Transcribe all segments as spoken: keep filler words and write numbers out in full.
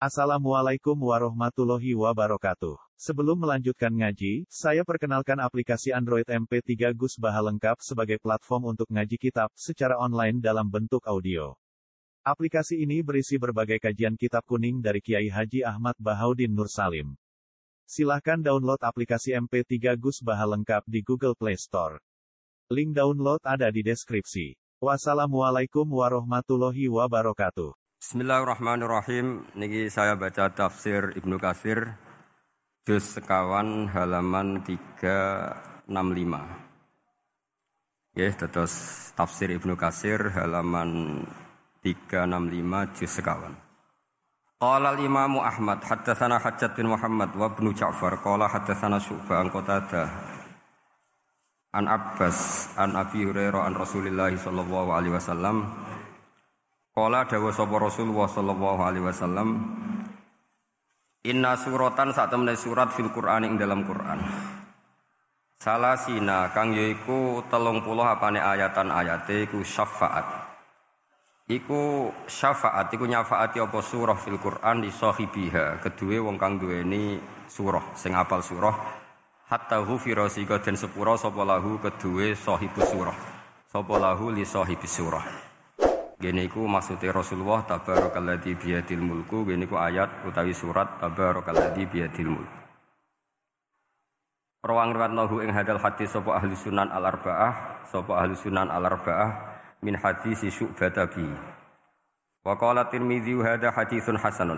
Assalamualaikum warahmatullahi wabarakatuh. Sebelum melanjutkan ngaji, saya perkenalkan aplikasi Android M P tiga Gus Baha lengkap sebagai platform untuk ngaji kitab secara online dalam bentuk audio. Aplikasi ini berisi berbagai kajian kitab kuning dari Kiai Haji Ahmad Bahaudin Nur Salim. Silahkan download aplikasi M P tiga Gus Baha lengkap di Google Play Store. Link download ada di deskripsi. Wassalamualaikum warahmatullahi wabarakatuh. Bismillahirrahmanirrahim. Niki saya baca tafsir Ibnu Katsir juz sekawan halaman tiga enam lima. Ya, terus tafsir Ibnu Katsir halaman tiga enam lima juz sekawan. Qala al-Imam Ahmad haddatsana Hajjaj bin Muhammad wa Ibnu Ja'far qala haddatsana Syu'bah an Qatadah an Abbas an Abi Hurairah an Rasulillah sallallahu alaihi wasallam. Qala dawa sapa Rasulullah sallallahu alaihi wasallam, inna suratan sak temene surat fil Qur'an ing dalam Qur'an. Salasina kang yaiku telung puluh apane ayatan ayate iku syafaat. Iku syafaat iku nyafaati apa surah fil Qur'an li sahibiha, keduwe wong kang duweni surah, sing apal surah hatta ghufira sika den sepura sapa lahu keduwe sahibus surah. Sapa lahu li sahibis surah. Gene iku maksude Rasulullah tabarakalladzi biyadil mulku, gene iku ayat utawi surat tabarakalladzi biyadil mulku. Rawang riwayatnahu ing hadal hadis sapa ahli sunan al-arba'ah, sapa ahli sunan al-arba'ah min hadis Syu'bah bi. Wa qala Tirmidzi hadza haditsun hasanun.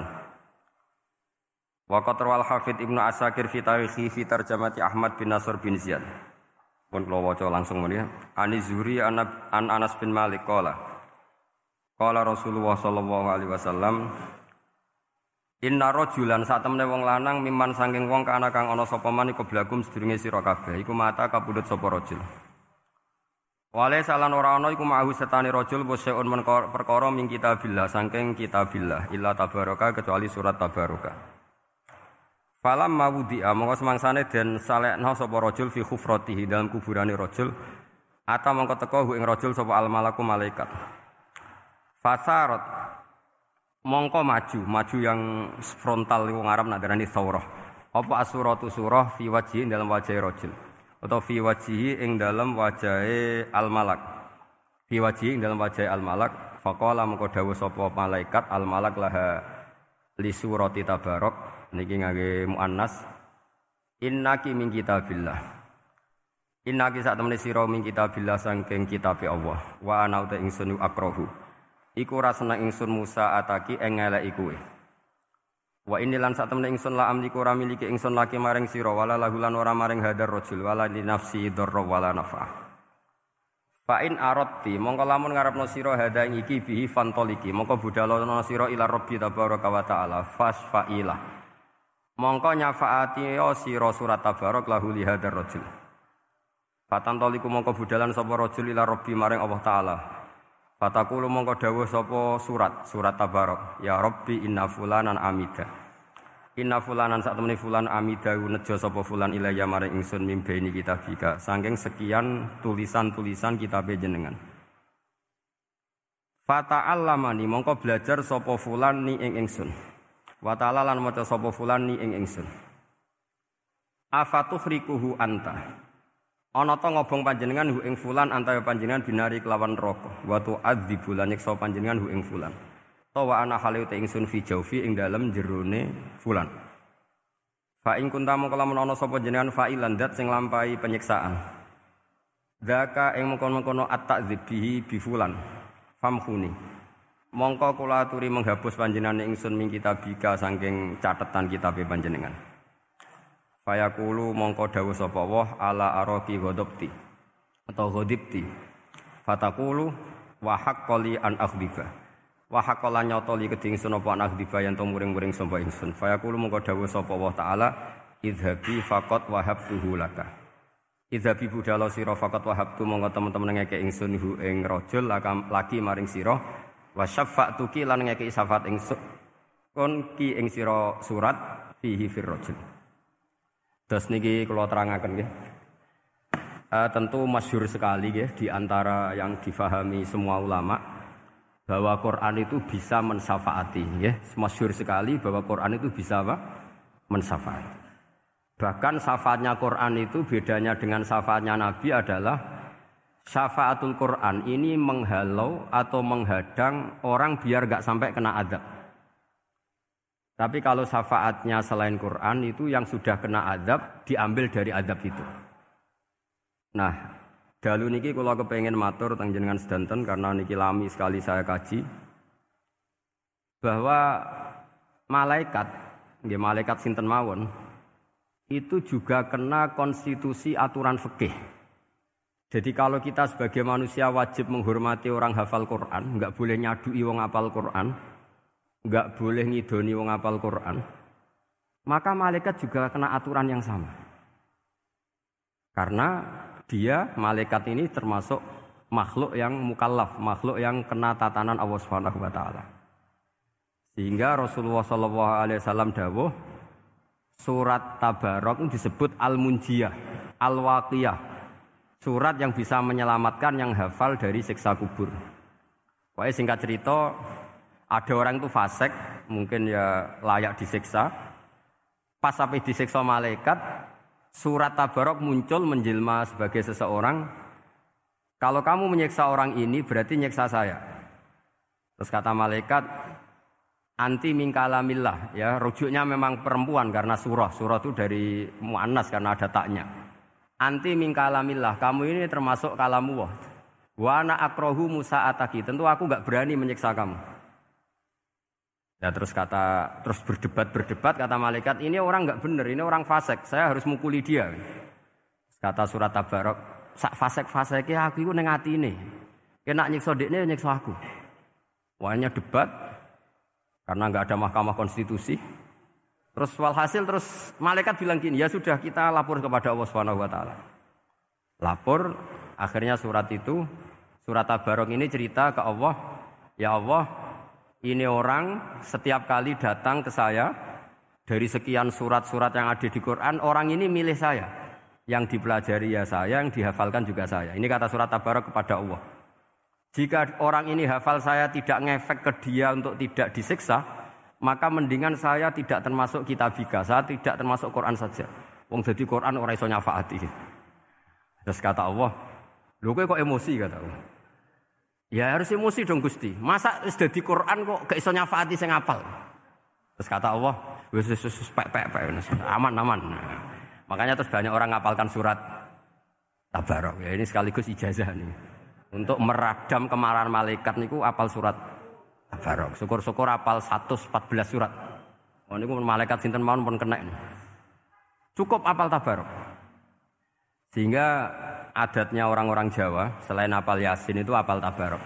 Wa qatra al-Hafidz Ibnu Asakir fi tarikhi fi tarjamati Ahmad bin Nasr bin Ziyad. Pun kula waca langsung mriki. Ani Zuhri an Anas bin Malik qala Qala Rasulullah sallallahu alaihi wasallam, inna rajulan sak temene wong lanang miman saking wong kana kang ana sapa man iku blagum sedurunge sira kabeh iku mata kapundhut sapa rajul. Wale salan ora ana iku ma'hu setane rajul waseun men perkara ming kitabillah saking kitabillah illa tabaraka kecuali surat tabaraka. Falam mawdi'a mongko semangsane den salekna sapa rajul fi khufratihi dalam kuburane rajul ata mongko teka ing rajul sapa al malaku malaikat. Fasarat mongko maju, maju yang frontal wong Arab nak darani saurah. Apa asuratu surah fi wajhi dalam wajah rajul atau fi wajhi ing dalam wajahe al malak. Fi wajhi ing dalam wajah al malak faqala mongko dawuh sapa malaikat al malak laha li surati tabarak niki ngangge muannas innaki min kitabillah. Innaki sak temene sira min kitabillah saking kitabe Allah wa ana uta ingsun akrahu. Iku rasana ingsun Musa ataki ing ngeleki kowe. Wa inilan sak temene ingsun la amliku ora miliki ingsun laki maring sira wala lahulan ora maring hadar rajul wala li nafsi darra wala nafa. Fa in aradti mongko lamun ngarepno sira hada ing iki bihi fantoliki mongko budalono sira ila rabbi tabaraka wa taala fasfaila. Mongko nyafaati sira surat tabarak lahu li hadar rajul. Fatantoliku mongko budalan sapa rajul ila rabbi maring Allah taala. Fatakulu mongko dawuh sapa surat surat tabarak ya rabbi inna fulanan amida inna fulanan sak temene fulan amida nejo sapa fulan ilaya maring ingsun mimbaini kitabika saking sekian tulisan-tulisan kitabe jenengan. Fata'allamani mongko belajar sapa fulan ni ing ingsun wa ta'ala lan maca sapa fulan ni ing ingsun. Afatuhrikuhu anta ana ta ngobong panjenengan hu ing fulan antaya panjenengan binari kelawan neraka wa tu'adzibu lan nyiksa panjenengan hu ing fulan ta wa ana halu te ingsun fi jaufi ing dalem jerone fulan fa ing kunta mongko lamun ana sapa jenengan fa'ilan dat sing lampahi penyiksaan zaka ing mengkono-kono at-ta'dzib bihi bi fulan famkhuni mongko kula aturi menghapus panjenengan ingsun ming kitabika saking catetan kitabe panjenengan. Fayaqulu mongko dawuh sapa Allah ala araqi ghadabti atau ghadibti fataqulu wa haqqali an akhdiba wa haqqala nyotoli keding ingsun apa an akhdiba yen to muring-muring sapa ingsun fayaqulu mongko dawuh sapa Allah taala idhabi faqat wahabtuhu laka idhabi budala sira faqat wahabtu mongko temen-temen ngeke ingsun hu ing rajul laki maring sira wa syafa'tuki lan ngeke syafaat ingsun kon ki ing sira surat fihi fir rajul. Terus niki kalau terangaken nggih. Uh, tentu masyhur sekali nggih di antara yang difahami semua ulama bahwa Quran itu bisa mensyafaati, ya. Masyhur sekali bahwa Quran itu bisa apa? Mensyafaati. Bahkan syafaatnya Quran itu bedanya dengan syafaatnya Nabi adalah syafaatul Quran ini menghalau atau menghadang orang biar gak sampai kena azab. Tapi kalau syafaatnya selain Quran itu yang sudah kena azab diambil dari azab itu. Nah, dalu niki kula kepengin matur teng jenengan sedanten karena niki lami sekali saya kaji bahwa malaikat, nggih malaikat sinten mawon itu juga kena konstitusi aturan fikih. Jadi kalau kita sebagai manusia wajib menghormati orang hafal Quran, enggak boleh nyadui wong hafal Quran, enggak boleh ngidoni wong hafal Quran, maka malaikat juga kena aturan yang sama. Karena dia, malaikat ini termasuk makhluk yang mukallaf, makhluk yang kena tatanan Allah Subhanahu wa taala. Sehingga Rasulullah sallallahu alaihi wasallam dawuh, surat Tabarok disebut Al-Munjiyah, Al-Waqiyah. Surat yang bisa menyelamatkan yang hafal dari siksa kubur. Pokoknya singkat cerita, ada orang itu fasik, mungkin ya layak disiksa. Pas sampai disiksa malaikat, surat Tabarok muncul menjelma sebagai seseorang. Kalau kamu menyiksa orang ini berarti nyiksa saya. Terus kata malaikat, anti min kalamillah, ya rujuknya memang perempuan karena surah. Surah itu dari muannas karena ada taknya. Anti min kalamillah, kamu ini termasuk kalamullah. Wa ana akrahu musa'ataki, tentu aku enggak berani menyiksa kamu. Ya terus kata terus berdebat-berdebat kata malaikat, ini orang enggak benar, ini orang fasik, saya harus mukuli dia. Kata surat Tabarok, sak fasik-fasike aku iku ning atine. Kena nyiksa dekne nyiksa aku. Wahnya debat karena enggak ada mahkamah konstitusi. Terus walhasil terus malaikat bilang gini, ya sudah kita lapor kepada Allah Subhanahu wa taala. Lapor, akhirnya surat itu, surat Tabarok ini cerita ke Allah, ya Allah, ini orang setiap kali datang ke saya dari sekian surat-surat yang ada di Quran, orang ini milih saya. Yang dipelajari ya saya, yang dihafalkan juga saya. Ini kata surat Tabarok kepada Allah. Jika orang ini hafal saya tidak ngefek ke dia untuk tidak disiksa, maka mendingan saya tidak termasuk kitabika, saya tidak termasuk Quran saja. Wong jadi Quran ora iso nyafaati. Terus kata Allah, lho kowe kok emosi kata Allah. Ya harus emosi dong Gusti. Masa wis dadi Quran kok gak iso nyafaati sing hafal. Terus kata Allah, wis wis wis pek pek pek aman aman. Nah, makanya terus banyak orang ngapalkan surat Tabarok. Ya ini sekaligus ijazah nih. Untuk meradam kemarahan malaikat niku apal surat Tabarok. Syukur-syukur apal seratus empat belas surat. Oh niku malaikat sinten mawon pun kena. Cukup apal Tabarok. Sehingga adatnya orang-orang Jawa selain apal Yasin itu apal Tabarok.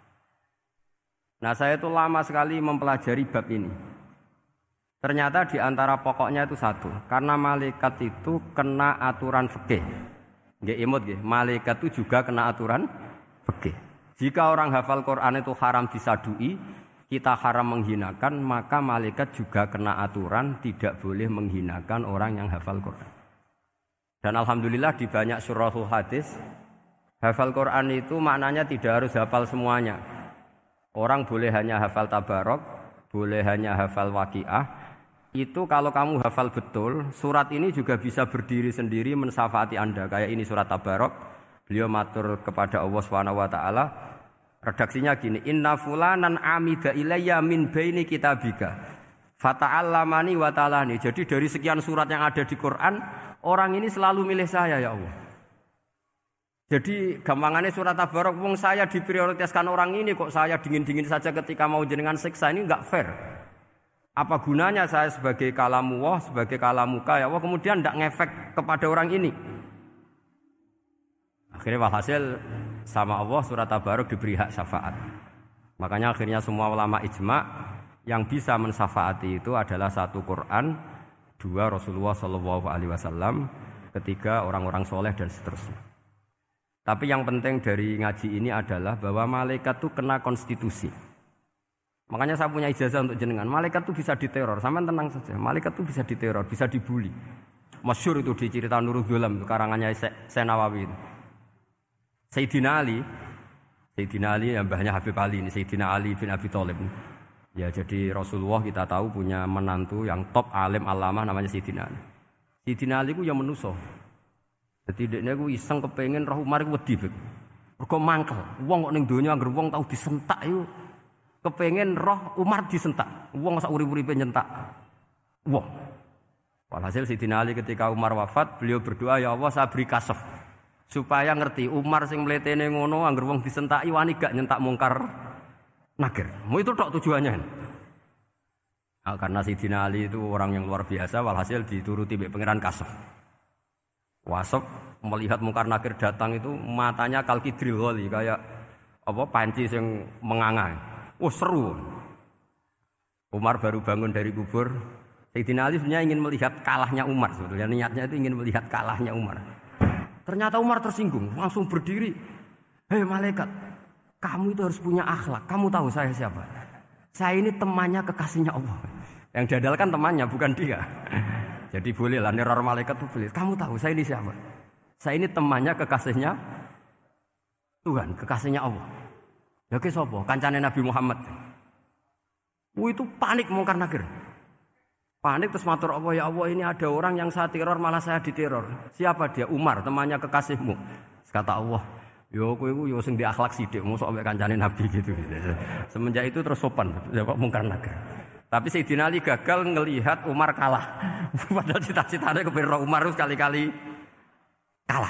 Nah, saya itu lama sekali mempelajari bab ini. Ternyata di antara pokoknya itu satu, karena malaikat itu kena aturan fikih. Nggih imut nggih, malaikat itu juga kena aturan fikih. Jika orang hafal Quran itu haram disadui, kita haram menghinakan, maka malaikat juga kena aturan tidak boleh menghinakan orang yang hafal Quran. Dan alhamdulillah di banyak surahul hadis, hafal Quran itu maknanya tidak harus hafal semuanya. Orang boleh hanya hafal Tabarok, boleh hanya hafal Waqiah. Itu kalau kamu hafal betul, surat ini juga bisa berdiri sendiri mensyafaati Anda. Kayak ini surat Tabarok. Beliau matur kepada Allah Subhanahu wa taala, redaksinya gini, inna fulanan amida ilayya min baini kitabika fata'allamani wa ta'alani. Jadi dari sekian surat yang ada di Quran, orang ini selalu milih saya ya Allah. Jadi gampangannya surat Tabarok, wong saya diprioritaskan orang ini kok saya dingin-dingin saja ketika mau jenengan siksa, ini enggak fair. Apa gunanya saya sebagai kalamullah, sebagai kalamuka ya Allah kemudian enggak ngefek kepada orang ini. Akhirnya walhasil sama Allah surat Tabarok diberi hak syafaat. Makanya akhirnya semua ulama ijma yang bisa mensyafaati itu adalah satu Quran, dua Rasulullah Shallallahu Alaihi Wasallam, ketiga orang-orang soleh dan seterusnya. Tapi yang penting dari ngaji ini adalah bahwa malaikat itu kena konstitusi. Makanya saya punya ijazah untuk jenengan. Malaikat itu bisa diteror, sama tenang saja. Malaikat itu bisa diteror, bisa dibully. Masyhur itu di cerita Nurul Dholam, karangannya Syekh Nawawi itu. Sayyidina Ali, Sayyidina Ali yang mbahnya Habib Ali ini, Sayyidina Ali bin Abi Thalib. Ya jadi Rasulullah kita tahu punya menantu yang top alim alamah namanya Sayyidina Ali. Sayyidina Ali ku yang menuso. Jadi dekne ku iseng kepengin roh Umar ku wedi. Mergo mangkel. Wong kok ning donya anggere wong tau disentak iku kepengin roh Umar disentak. Wong sak urip-uripe nyentak. Wong. Walhasil Sayyidina Ali ketika Umar wafat, beliau berdoa, ya Allah saya beri kasaf. Supaya ngerti Umar sing mletene ngono anggere wong disentaki wani gak nyentak mungkar nakir. Mau itu tok tujuannya. Nah, karena Sayyidina Ali itu orang yang luar biasa, walhasil dituruti mbek pangeran kasaf. Wasaf melihat mungkar nakir datang itu matanya kalkidril ghali kayak apa panci yang menganga. Oh seru. Umar baru bangun dari kubur. Sayyidina Ali sebenarnya ingin melihat kalahnya Umar sebetulnya. Niatnya itu ingin melihat kalahnya Umar. Ternyata Umar tersinggung, langsung berdiri. Hei malaikat, kamu itu harus punya akhlak. Kamu tahu saya siapa? Saya ini temannya kekasihnya Allah. Yang diandalkan temannya, bukan dia. Jadi bolehlah neror malaikat itu boleh. Kamu tahu saya ini siapa? Saya ini temannya kekasihnya Tuhan, kekasihnya Allah. Ya ke sapa? Kancane Nabi Muhammad. Wah itu panik mungkar nakir. Panik terus matur Allah, ya Allah ini ada orang yang saya teror malah saya diteror. Siapa dia? Umar, temannya kekasihmu. Kata Allah, yo kowe iku yo sing di akhlak sithik, mosok ambek kancane Nabi gitu. Semenjak itu terus sopan, jawab mungkar nakir. Tapi Sayyidina Ali gagal ngelihat Umar kalah. Padahal cita-citanya kepengin Umar terus kali-kali kalah.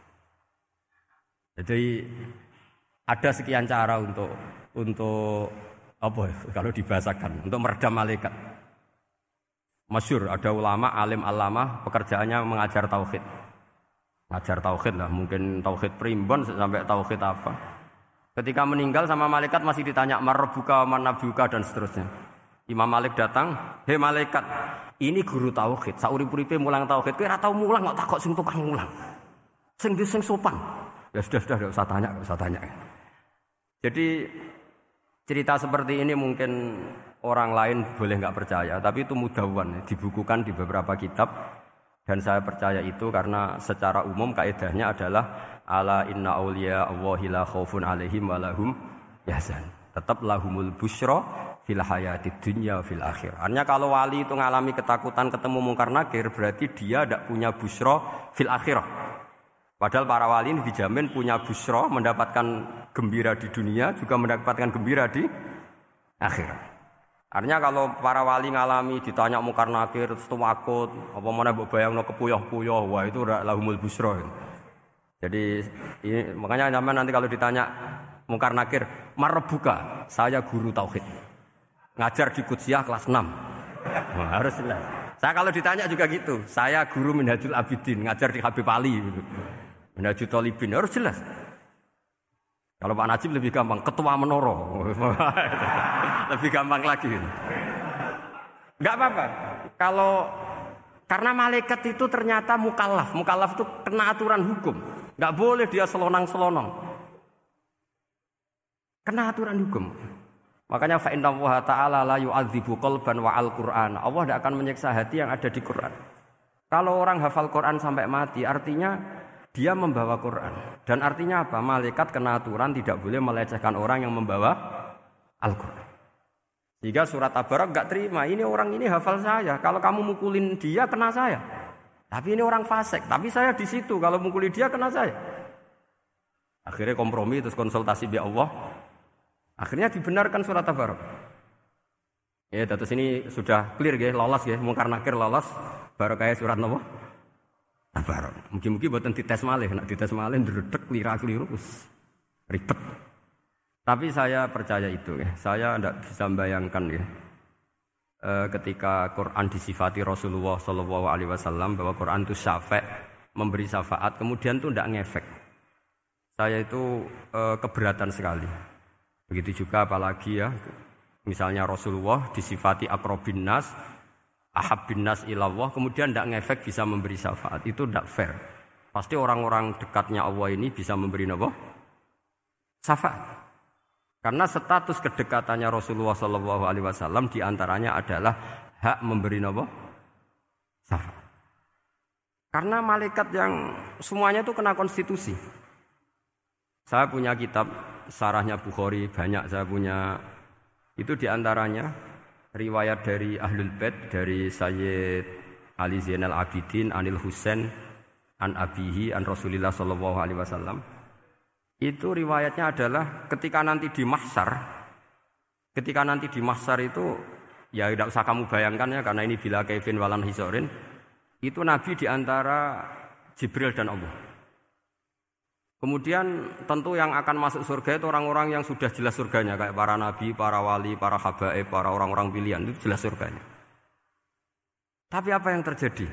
Jadi ada sekian cara untuk untuk apa kalau dibahasakan untuk meredam malaikat. Masyhur ada ulama alim alama pekerjaannya mengajar tauhid. Ngajar tauhid lah, mungkin tauhid primbon sampai tauhid apa. Ketika meninggal sama malaikat masih ditanya marbuka, manabuka dan seterusnya. Imam Malik datang, "Hei malaikat, ini guru tauhid, saurip-uripe mulang tauhid. Kowe ora tau mulang kok takok sing tukang mulang. Sing sing sopan." Ya sudah sudah enggak usah tanya, enggak usah tanya. Jadi cerita seperti ini mungkin orang lain boleh nggak percaya, tapi itu mudawwan, dibukukan di beberapa kitab, dan saya percaya itu karena secara umum kaidahnya adalah ala inna auliya Allahi la khaufun alaihim wa lahum yahzan. Tetap lahumul busyra fil hayatid dunya fil akhir. Artinya kalau wali itu mengalami ketakutan ketemu mungkar nakir, berarti dia tidak punya busyra fil akhirah. Padahal para wali ini dijamin punya busyra, mendapatkan gembira di dunia, juga mendapatkan gembira di akhirat. Artinya kalau para wali ngalami ditanya mungkar nakir terus takut, apa mana mbok bayangno kepuyah-puyah, wah itu lahumul busra. Jadi ini, makanya zaman nanti kalau ditanya mungkar nakir, marbuka, saya guru tauhid. Ngajar di Qudsiyah kelas enam. Wah, harus jelas. Saya kalau ditanya juga gitu, saya guru Minhajul Abidin, ngajar di Habib Ali gitu. Minhajul Thalibin, harus jelas. Kalau Pak Najib lebih gampang, ketua menoro. Lebih gampang lagi. Enggak apa-apa. Kalau karena malaikat itu ternyata mukallaf. Mukallaf itu kena aturan hukum. Enggak boleh dia selonang-selonong. Kena aturan hukum. Makanya fa inna Allah ta'ala la yu'adzibu qalban wa al-Qur'an. Allah tidak akan menyiksa hati yang ada di Quran. Kalau orang hafal Quran sampai mati, artinya dia membawa Quran. Dan artinya apa? Malaikat kena aturan tidak boleh melecehkan orang yang membawa Al-Quran. Jika surat Tabarak enggak terima, ini orang ini hafal saya. Kalau kamu mukulin dia, kena saya. Tapi ini orang fasik. Tapi saya di situ. Kalau mukulin dia, kena saya. Akhirnya kompromi, terus konsultasi bi Allah. Akhirnya dibenarkan surat Tabarak. Ya, terus ini sudah clear ya, lolos ya, mungkar nakir lolos. Baru kayak surat apa? Tabarak. Mungkin-mungkin buatan dites malih, nak dites malih ndredeg klira-kliru ribet. Tapi saya percaya itu ya. Saya tidak bisa membayangkan ya. E, ketika Quran disifati Rasulullah Shallallahu Alaihi Wasallam bahwa Quran itu syafa', memberi syafaat, kemudian itu tidak ngefek. Saya itu e, keberatan sekali. Begitu juga apalagi ya, misalnya Rasulullah disifati akrobin nas, ahabbin nas ilallah, kemudian tidak ngefek bisa memberi syafaat. Itu tidak fair. Pasti orang-orang dekatnya Allah ini bisa memberi apa? Syafaat. Karena status kedekatannya Rasulullah Shallallahu Alaihi Wasallam diantaranya adalah hak memberi apa? Syafaat. Karena malaikat yang semuanya itu kena konstitusi. Saya punya kitab sarahnya Bukhari banyak saya punya. Itu diantaranya riwayat dari Ahlul Bait dari Sayyid Ali Zainal Abidin Anil Husain an abihi an Rasulillah sallallahu alaihi wasallam. Itu riwayatnya adalah ketika nanti di mahsyar, ketika nanti di mahsyar itu ya tidak usah kamu bayangkan ya karena ini bila kaifin walan hisorin, itu Nabi diantara Jibril dan Allah. Kemudian tentu yang akan masuk surga itu orang-orang yang sudah jelas surganya, kayak para nabi, para wali, para habaib, para orang-orang pilihan, itu jelas surganya. Tapi apa yang terjadi?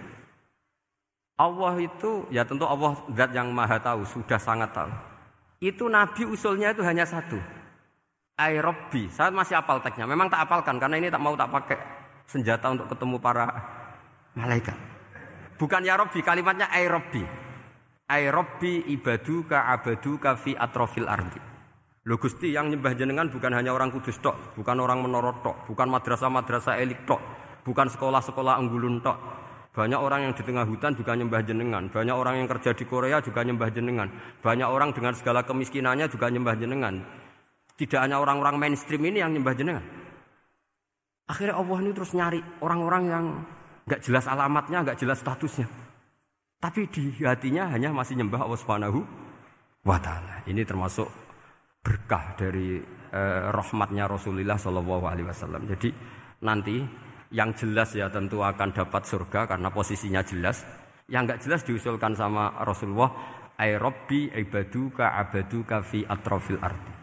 Allah itu, ya tentu Allah zat yang maha tahu, sudah sangat tahu. Itu nabi usulnya itu hanya satu. Ai Rabbi, saya masih apal teksnya, memang tak apalkan karena ini tak mau tak pakai senjata untuk ketemu para malaikat. Bukan ya Rabbi, kalimatnya ai Rabbi. Ai Rabbi ibaduka abaduka fi atrofil ardi. Lho Gusti, yang nyembah jenengan bukan hanya orang Kudus tok, bukan orang Menara tok, bukan madrasah-madrasah elit tok, bukan sekolah-sekolah anggulun tok. Banyak orang yang di tengah hutan juga nyembah jenengan, banyak orang yang kerja di Korea juga nyembah jenengan, banyak orang dengan segala kemiskinannya juga nyembah jenengan. Tidak hanya orang-orang mainstream ini yang nyembah jenengan. Akhirnya Allah ini terus nyari orang-orang yang enggak jelas alamatnya, enggak jelas statusnya. Tapi di hatinya hanya masih nyembah Allah Subhanahu wa taala. Ini termasuk berkah dari eh, rahmatnya Rasulullah sallallahu alaihi wasallam. Jadi nanti yang jelas ya tentu akan dapat surga karena posisinya jelas. Yang enggak jelas diusulkan sama Rasulullah, ai Rabbi ibaduka abaduka fi atrofil ardi.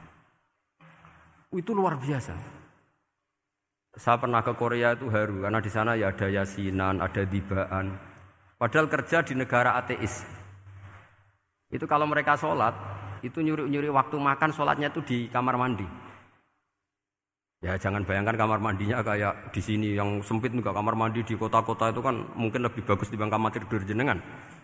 Itu luar biasa. Saya pernah ke Korea itu haru karena di sana ya ada yasinan, ada dibaan. Padahal kerja di negara ateis. Itu kalau mereka sholat, itu nyuri-nyuri waktu makan sholatnya itu di kamar mandi. Ya jangan bayangkan kamar mandinya kayak di sini yang sempit juga. Kamar mandi di kota-kota itu kan mungkin lebih bagus dibanding kamar tidur jenengan.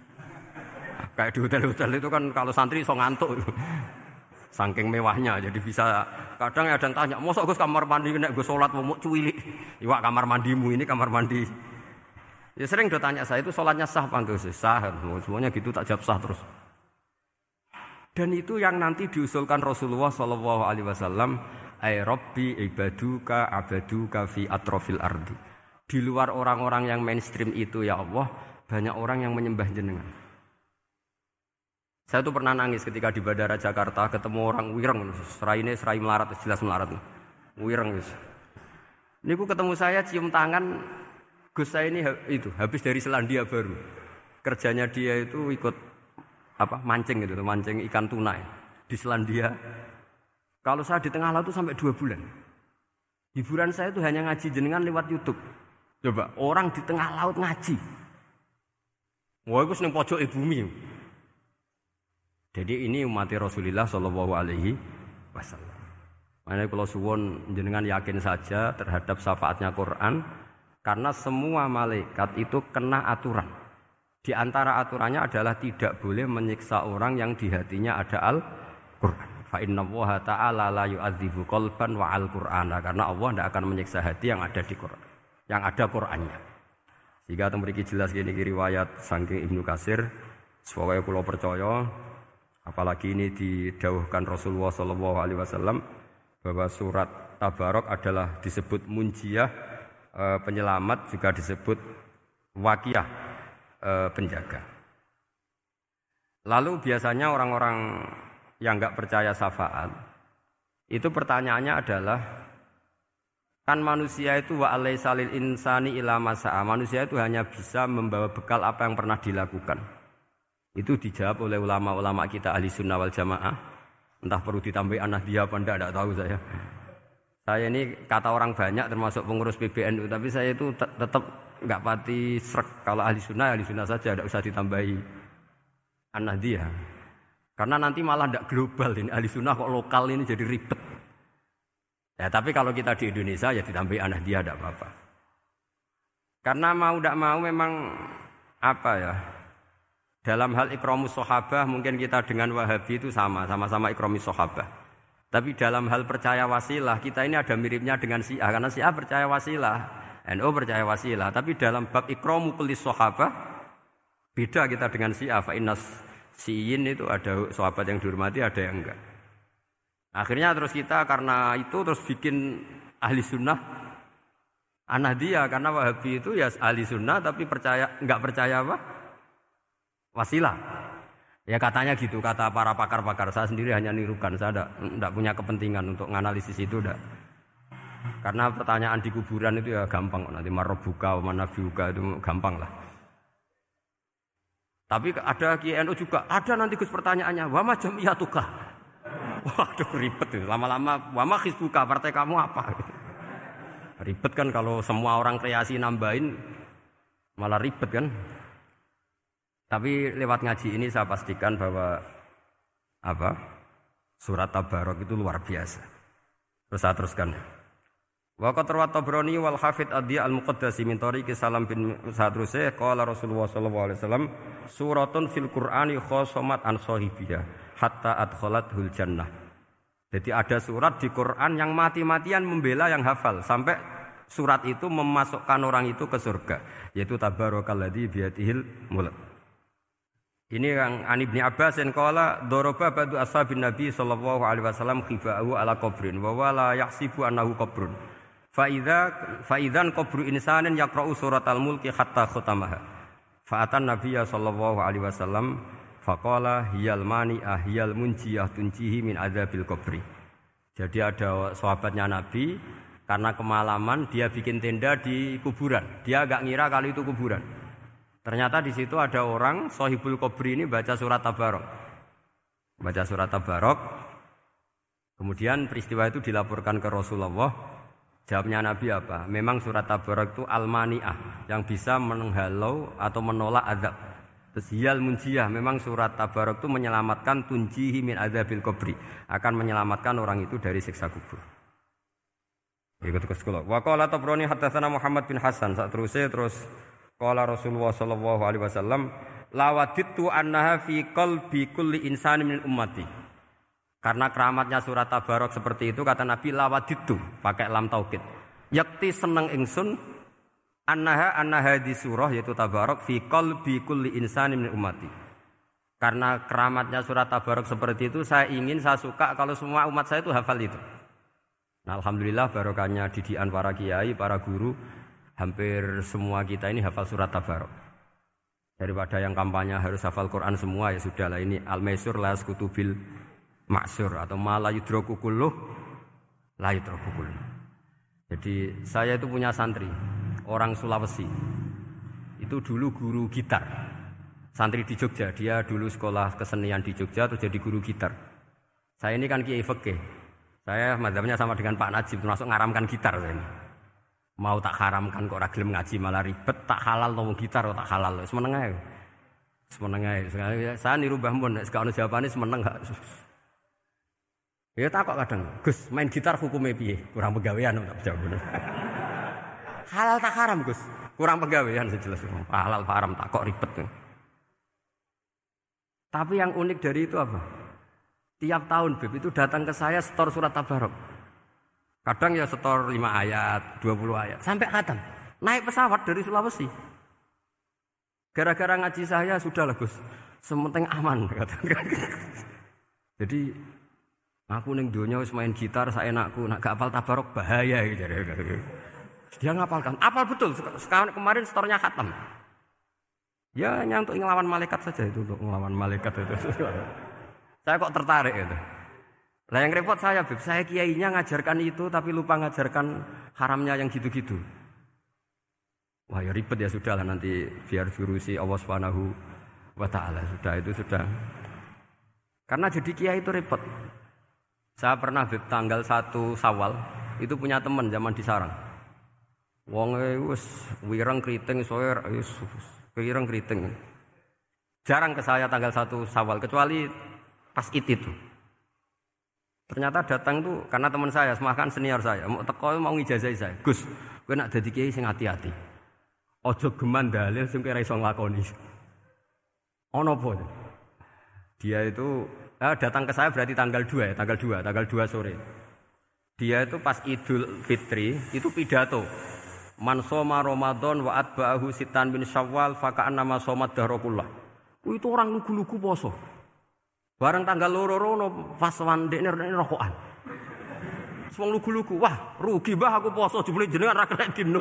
Kayak di hotel-hotel itu kan kalau santri so ngantuk. Saking mewahnya, jadi bisa kadang ada yang tanya, mosok Gus kamar mandi nek gue sholat mau cuwilik, iwak kamar mandimu ini kamar mandi. Ya sering do tanya saya itu sholatnya sah apa enggak sih? Sah, semuanya gitu tak jawab sah terus. Dan itu yang nanti diusulkan Rasulullah Shallallahu Alaihi Wasallam, ay Rabbi ibaduka abaduka fi atrofil ardi. Di luar orang-orang yang mainstream itu ya Allah, banyak orang yang menyembah jenengan. Saya tuh pernah nangis ketika di Bandara Jakarta ketemu orang wireng, serai ini serai melarat, jelas melarat, wireng guys. Ini aku ketemu saya cium tangan, Gus saya ini itu habis dari Selandia Baru, kerjanya dia itu ikut apa mancing gitu, mancing ikan tuna di Selandia. Kalau saya di tengah laut itu sampai dua bulan. Hiburan saya itu hanya ngaji jenengan lewat YouTube. Coba orang di tengah laut ngaji. Wah, aku seneng pojok bumi. Jadi ini umat Rasulullah Shallallahu Alaihi Wasallam. Makanya kalau suwon jenengan yakin saja terhadap syafaatnya Quran, karena semua malaikat itu kena aturan. Di antara aturannya adalah tidak boleh menyiksa orang yang di hatinya ada Al-Quran. Fa inna Allaha ta'ala la yu'adzibu qalban wa al-Qur'ana, karena Allah tidak akan menyiksa hati yang ada di Quran, yang ada Qurannya. Jika memiliki jelas gini riwayat saking Ibnu Katsir, supaya kula percaya. Apalagi ini didawuhkan Rasulullah Shallallahu Alaihi Wasallam bahwa surat Tabarok adalah disebut munjiyah e, penyelamat, juga disebut wakiyah e, penjaga. Lalu biasanya orang-orang yang enggak percaya syafaat itu pertanyaannya adalah kan manusia itu wa alaysa lil insani illa ma sa'a. Manusia itu hanya bisa membawa bekal apa yang pernah dilakukan. Itu dijawab oleh ulama-ulama kita ahli sunnah wal jamaah. Entah perlu ditambah anak dia apa enggak, enggak tahu saya. Saya ini kata orang banyak termasuk pengurus P B N U, tapi saya itu te- tetap enggak pati srek. Kalau ahli sunnah, ahli sunnah saja, enggak usah ditambahi anak dia. Karena nanti malah enggak global ini. Ahli sunnah kok lokal ini jadi ribet. Ya tapi kalau kita di Indonesia ya ditambahi anak dia enggak apa-apa. Karena mau enggak mau memang apa ya? Dalam hal ikramus sahabah mungkin kita dengan Wahabi itu sama, sama-sama ikramus sahabah. Tapi dalam hal percaya wasilah, kita ini ada miripnya dengan Syiah, karena Syiah percaya wasilah, N U percaya wasilah. Tapi dalam bab ikramu kulis sahabah, beda kita dengan Syiah. Fa innas syiin itu ada sahabat yang dihormati, ada yang enggak. Akhirnya terus kita karena itu terus bikin ahli sunnah An-Nahdiyah, karena Wahabi itu ya ahli sunnah tapi percaya enggak percaya apa? Wasilah. Ya katanya gitu, kata para pakar-pakar. Saya sendiri hanya nirukan, saya enggak, enggak punya kepentingan untuk menganalisis itu enggak. Karena pertanyaan di kuburan itu ya gampang, nanti marobuka, manabiuka itu gampang lah. Tapi ada Q N U juga, ada nanti Gus pertanyaannya, wama jamiyatuka. Waduh ribet itu, lama-lama wama hizbuka, partai kamu apa? Ribet kan kalau semua orang kreasi nambahin, malah ribet kan. Tapi lewat ngaji ini saya pastikan bahwa apa surat Tabarok itu luar biasa. Terus saya teruskan. Wa qad rawat Tabrani wal Hafidz Ad-Diya al-Muqaddasi min tariqi Salam bin Sadrusih qala Rasulullah sallallahu alaihi wasallam suratun fil Qur'ani khosomat an sahibiha hatta adkhalathul jannah. Jadi ada surat di Quran yang mati-matian membela yang hafal sampai surat itu memasukkan orang itu ke surga, yaitu tabarakalladzi biyadihil mulk. Ini yang An Ibnu Abbas yang qala daraba ba'du ashabin Nabi sallallahu alaihi wasallam khifa'u ala qabrin wa wala yahsibu annahu qabrun. Fa idza fa idzan qabru insanin yaqra'u suratal mulki hatta khatamaha. Fa atan Nabiyya sallallahu alaihi wasallam faqala hiyal mani'ah hiyal munjiyah tunjihi min adzabil qabri. Jadi ada sahabatnya Nabi karena kemalaman dia bikin tenda di kuburan. Dia enggak ngira kalau itu kuburan. Ternyata di situ ada orang Shahibul Qabri ini baca surat Tabarok. Baca surat Tabarok. Kemudian peristiwa itu dilaporkan ke Rasulullah. Jawabnya Nabi apa? Memang surat Tabarok itu al-mani'ah yang bisa menghalau atau menolak azab. Terus hiyal munjiyah, memang surat Tabarok itu menyelamatkan tunjihi min adzabil qabri, akan menyelamatkan orang itu dari siksa kubur. Ikut ke sekolah. Wa qala Tabrani haddatsana Muhammad bin Hasan, saat terusé terus qala Rasulullah sallallahu alaihi wasallam lawadittu annaha fi qalbi kulli insani min ummati. Karena keramatnya surat Tabarok seperti itu, kata Nabi lawadittu pakai lam taukid. Yakti seneng ingsun annaha annaha di surah yaitu Tabarok fi qalbi kulli insani min ummati. Karena keramatnya surat Tabarok seperti itu, saya ingin, saya suka kalau semua umat saya itu hafal itu. Nah, alhamdulillah barokahnya didikan para kiai, para guru, hampir semua kita ini hafal surat Tabarok. Daripada yang kampanye harus hafal Quran semua, ya sudahlah, ini al-maisur la yasqutubil maksur atau ma la yudraku kulluh la yudraku kulluh. Jadi saya itu punya santri orang Sulawesi. Itu dulu guru gitar. Santri di Jogja, dia dulu sekolah kesenian di Jogja terus jadi guru gitar. Saya ini kan kiai fikih. Saya mazhabnya sama dengan Pak Najib, termasuk ngaramkan gitar saya ini. Mau tak haramkan kok ora gelem ngaji malah ribet, tak halal ngomong gitar kok tak halal. Wis meneng ae. Wis meneng ae. Saya niru Mbah Mun nek ono jawabane semeneng gak. Ya tak kok kadang, Gus, main gitar hukumnya piye? Kurang pegawean tak jawab. Halal tak haram, Gus? Kurang pegawean sejelas. Halal haram tak kok ribet. Tapi yang unik dari itu apa? Tiap tahun Beb itu datang ke saya setor surat Tabarok. Kadang ya setor lima ayat, dua puluh ayat, sampai khatam. Naik pesawat dari Sulawesi. Gara-gara ngaji saya, sudahlah Gus, sementing aman. Jadi, aku ning donya wis main gitar saenakku, nak gak apal Tabarok bahaya gitu. Dia ngapalkan, apal betul. Sekarang kemarin setornya khatam. Ya hanya untuk ngelawan malaikat saja itu, untuk ngelawan malaikat itu. Saya kok tertarik itu. Lah yang repot saya, Beb, saya kiainya ngajarkan itu tapi lupa ngajarkan haramnya yang gitu-gitu. Wah ya ribet ya, sudahlah nanti biar diurusi Allah Subhanahu wa taala. Sudah itu sudah. Karena jadi kiai itu repot. Saya pernah Beb tanggal satu Syawal itu punya teman zaman di Sarang. Wonge wis wireng kriting soer wis wireng kriting. Jarang ke saya tanggal satu Syawal kecuali pas it itu. Ternyata datang tuh karena teman saya, semakan senior saya, mau teko mau ngijazahi saya. Gus, kowe nak dadi kiai sing hati-hati. Aja geman dalil sing ora iso nglakoni. Ono apa? Dia itu eh, datang ke saya berarti tanggal dua ya, tanggal dua, tanggal dua sore. Dia itu pas Idul Fitri itu pidato. Man shoma Ramadan wa atba'ahu sitan bin Syawal fa ka'annama shoma dahrakullah. Itu orang lugu-lugu poso. Bareng tanggal loro rono pas wandekne rokokan. Wong lugu-lugu, wah rugi mbah aku poso jebule jenengan ra kena dinut.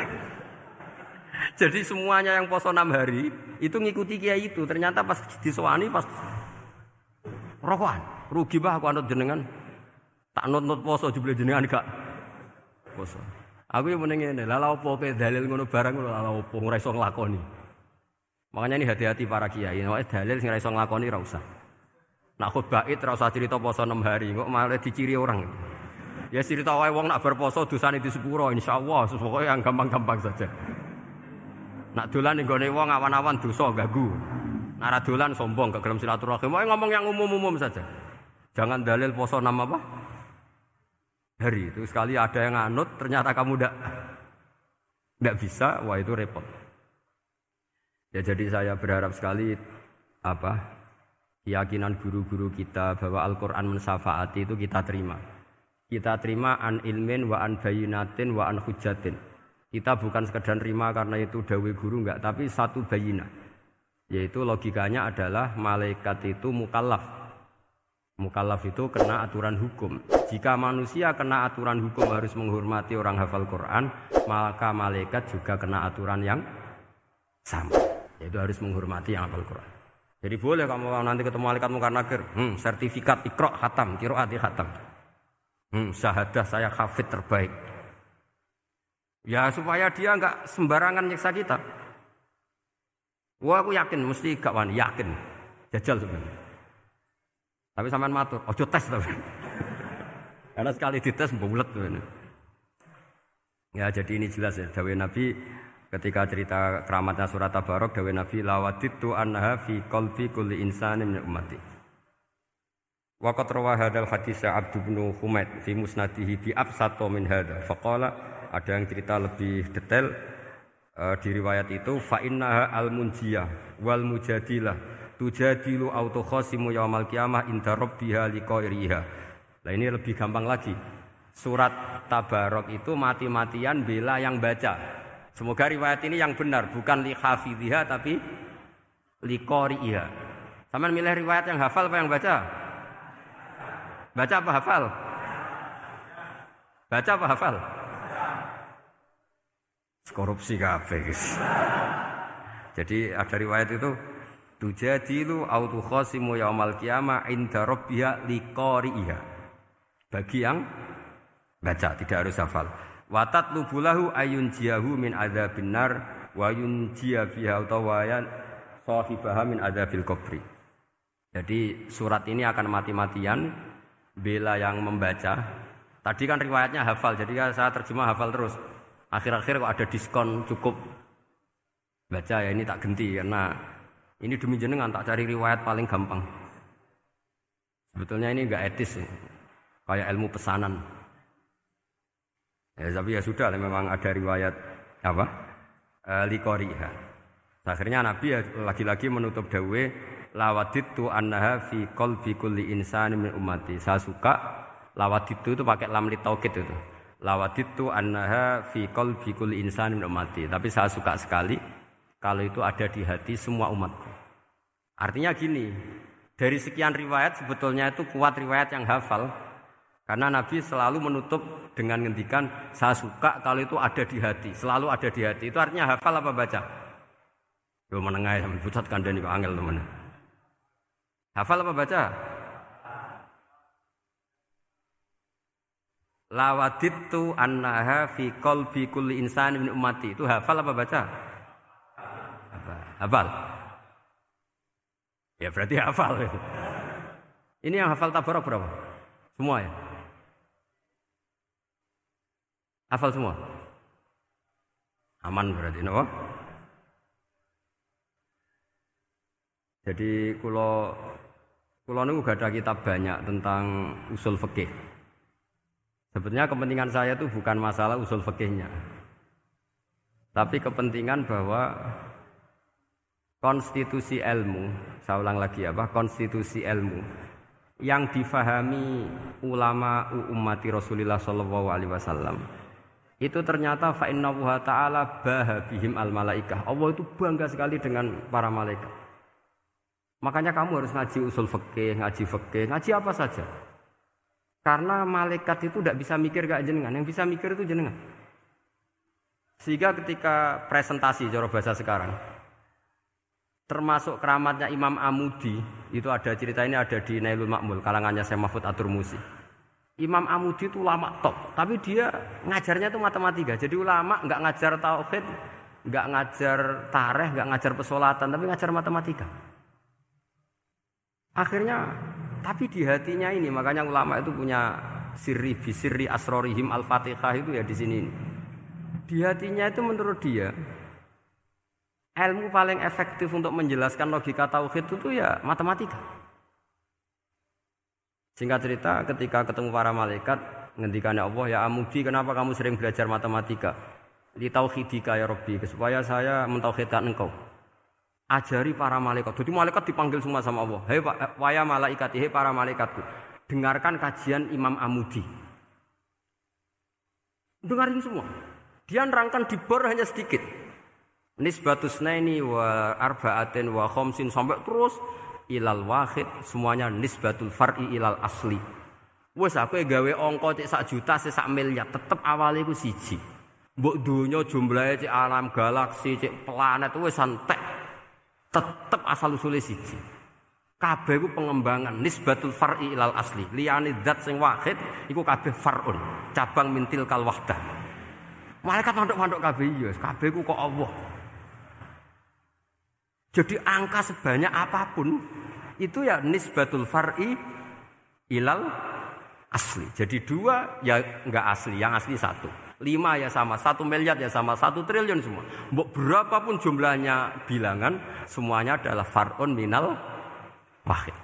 Jadi semuanya yang poso enam hari itu ngikuti kiai itu. Ternyata pas disowani pas rokokan, rugi mbah aku anut jenengan. Tak nut-nut poso jebule jenengan gak poso. Aku yo meneng ngene, lha lha opo kowe dalil ngono barang lho lha opo ora iso nglakoni. Makanya ini hati-hati para kiai, nek dalil sing ora iso nglakoni ora usah. Nak khutbah id ora usah cerita poso enam hari, kok malah diciri orang. Ya cerita wae wong nak berposo dosane di sepuro insyaallah, pokoke yang gampang-gampang saja. Nak dolan ning gone wong awan-awan dosa ganggu. Nak ra dolan sombong gak gelem silaturahim. Wae ngomong yang umum-umum saja. Jangan dalil poso enam apa? Hari. Itu sekali ada yang nganut ternyata kamu ndak ndak bisa, wah itu repot. Ya jadi saya berharap sekali apa? Keyakinan guru-guru kita bahwa Al-Quran mensyafaati itu kita terima. Kita terima an ilmin wa an bayinatin wa an hujatin. Kita bukan sekedar terima karena itu dawai guru enggak, tapi satu bayinah. Yaitu logikanya adalah malaikat itu mukallaf. Mukallaf itu kena aturan hukum. Jika manusia kena aturan hukum harus menghormati orang hafal Quran, maka malaikat juga kena aturan yang sama. Yaitu harus menghormati yang hafal Quran. Jadi boleh kamu nanti ketemu malaikat mungkar nakir, hmm, sertifikat Iqra khatam, qiraati khatam. Hmm, syahadah saya hafid terbaik. Ya supaya dia enggak sembarangan nyiksa kita. Wah aku yakin mesti gak wani, yakin. Jajal sebenarnya. Tapi sampean matur, ojo tes tapi. Karena sekali dites bulet tuh. Ya jadi ini jelas ya dawuh Nabi ketika cerita keramatnya surat Tabarok, dawuh Nabi lawaditu annaha fi qalbi kulli insanin min ummati. Wa qad rawa hadzal hadits Abd bin Humaid fi musnadihi bi absato min hadza. Faqala ada yang cerita lebih detail uh, di riwayat itu fa innaha al-munjiyah wal mujadilah tujadilu auto khasimu yaumal qiyamah inda rabbiha liqairiha. Nah ini lebih gampang lagi. Surat Tabarok itu mati-matian bela yang baca. Semoga riwayat ini yang benar, bukan li hafidhiha tapi li qari'iha. Sampeyan milih riwayat yang hafal apa yang baca? Baca apa hafal? Baca apa hafal? Korupsi kabeh, guys. Jadi ada riwayat itu tujadilu au tukhasimu yaumal qiyamah inda rabbiha li qari'iha. Bagi yang baca tidak harus hafal. Watat lubulahu ayun jiahu min adzabin nar wa yun jia biha utawayan sahibaha min adzabil qabri. Jadi surat ini akan mati-matian bela yang membaca. Tadi kan riwayatnya hafal, jadi saya terjemah hafal terus. Akhir-akhir kok ada diskon cukup baca ya ini tak genti karena ini demi jenengan tak cari riwayat paling gampang. Sebetulnya ini enggak etis ya. Kayak ilmu pesanan. Ya, tapi ya sudah, memang ada riwayat apa? E, liqariha. Akhirnya Nabi ya, lagi-lagi menutup dawe lawaditu annaha fi qalbi kulli insani min ummati. Saya suka lawaditu itu pakai lam li taukid itu. Lawaditu annaha fi qalbi kulli insani min ummati. Tapi saya suka sekali kalau itu ada di hati semua umatku. Artinya gini, dari sekian riwayat sebetulnya itu kuat riwayat yang hafal. Karena Nabi selalu menutup dengan ngendikan saya suka kalau itu ada di hati, selalu ada di hati. Itu artinya hafal apa baca? Yo menengah sampe pucat kandhani kok angel temen. Hafal apa baca? Lawaditu annaha fi qalbi kulli insani min ummati. Itu hafal apa baca? Hafal. Hafal. Ya berarti hafal. Ini yang hafal Tabarok berapa? Semua ya? Hafal semua? Aman berarti, no? Jadi kalau kalau niku gak ada kitab banyak tentang usul fikih. Sebetulnya kepentingan saya itu bukan masalah usul fikihnya. Tapi kepentingan bahwa konstitusi ilmu, saya ulang lagi apa? Konstitusi ilmu yang difahami ulama ummati Rasulullah sallallahu alaihi wasallam. Itu ternyata fa inna wa ta'ala bahabihim al malaikah. Allah itu bangga sekali dengan para malaikat. Makanya kamu harus ngaji usul fikih, ngaji fikih, ngaji apa saja. Karena malaikat itu tidak bisa mikir kayak jenengan, yang bisa mikir itu jenengan. Sehingga ketika presentasi cara bahasa sekarang, termasuk keramatnya Imam Amudi, itu ada cerita ini ada di Nailul Ma'mul, kalangannya Syekh Mahfud At-Turmusi. Imam Amudi itu ulama top, tapi dia ngajarnya itu matematika. Jadi ulama nggak ngajar tauhid, nggak ngajar tarikh, nggak ngajar pesolatan, tapi ngajar matematika. Akhirnya, tapi di hatinya ini, makanya ulama itu punya sirri bisirri asrorihim al-fatihah itu ya di sini. Di hatinya itu menurut dia, ilmu paling efektif untuk menjelaskan logika tauhid itu ya matematika. Singkat cerita, ketika ketemu para malaikat, ngendikannya Allah, ya Amudi, kenapa kamu sering belajar matematika? Li tauhidika ya Rabbi, supaya saya mentauhidkan engkau. Ajari para malaikat. Jadi malaikat dipanggil semua sama Allah. Hei waya malaikat, hei para malaikatku, dengarkan kajian Imam Amudi. Dengarin semua. Dia nerangkan di bor hanya sedikit. Nisbatus naini wa arba'atin wa khamsin sampai terus ilal wahid, semuanya nisbatul far'i ilal asli. Wes aku gawe angka cek sak juta cek sak miliar, tetep awale iku siji. Mbok donya jumlahe cek alam galaksi cek planet wes santek. Tetep asal usule siji. Kabeh iku pengembangan nisbatul far'i ilal asli. Liyane zat sing wahid iku kabeh far'un, cabang mintil kal wahdah. Malaikat manduk-manduk kabeh ya, kabeh iku kok Allah. Jadi angka sebanyak apapun itu ya nisbatul far'i ilal asli. Jadi dua ya enggak asli, yang asli satu. Lima ya sama, satu miliar ya sama, satu triliun semua. Mbok berapapun jumlahnya bilangan, semuanya adalah far'un minal wahid.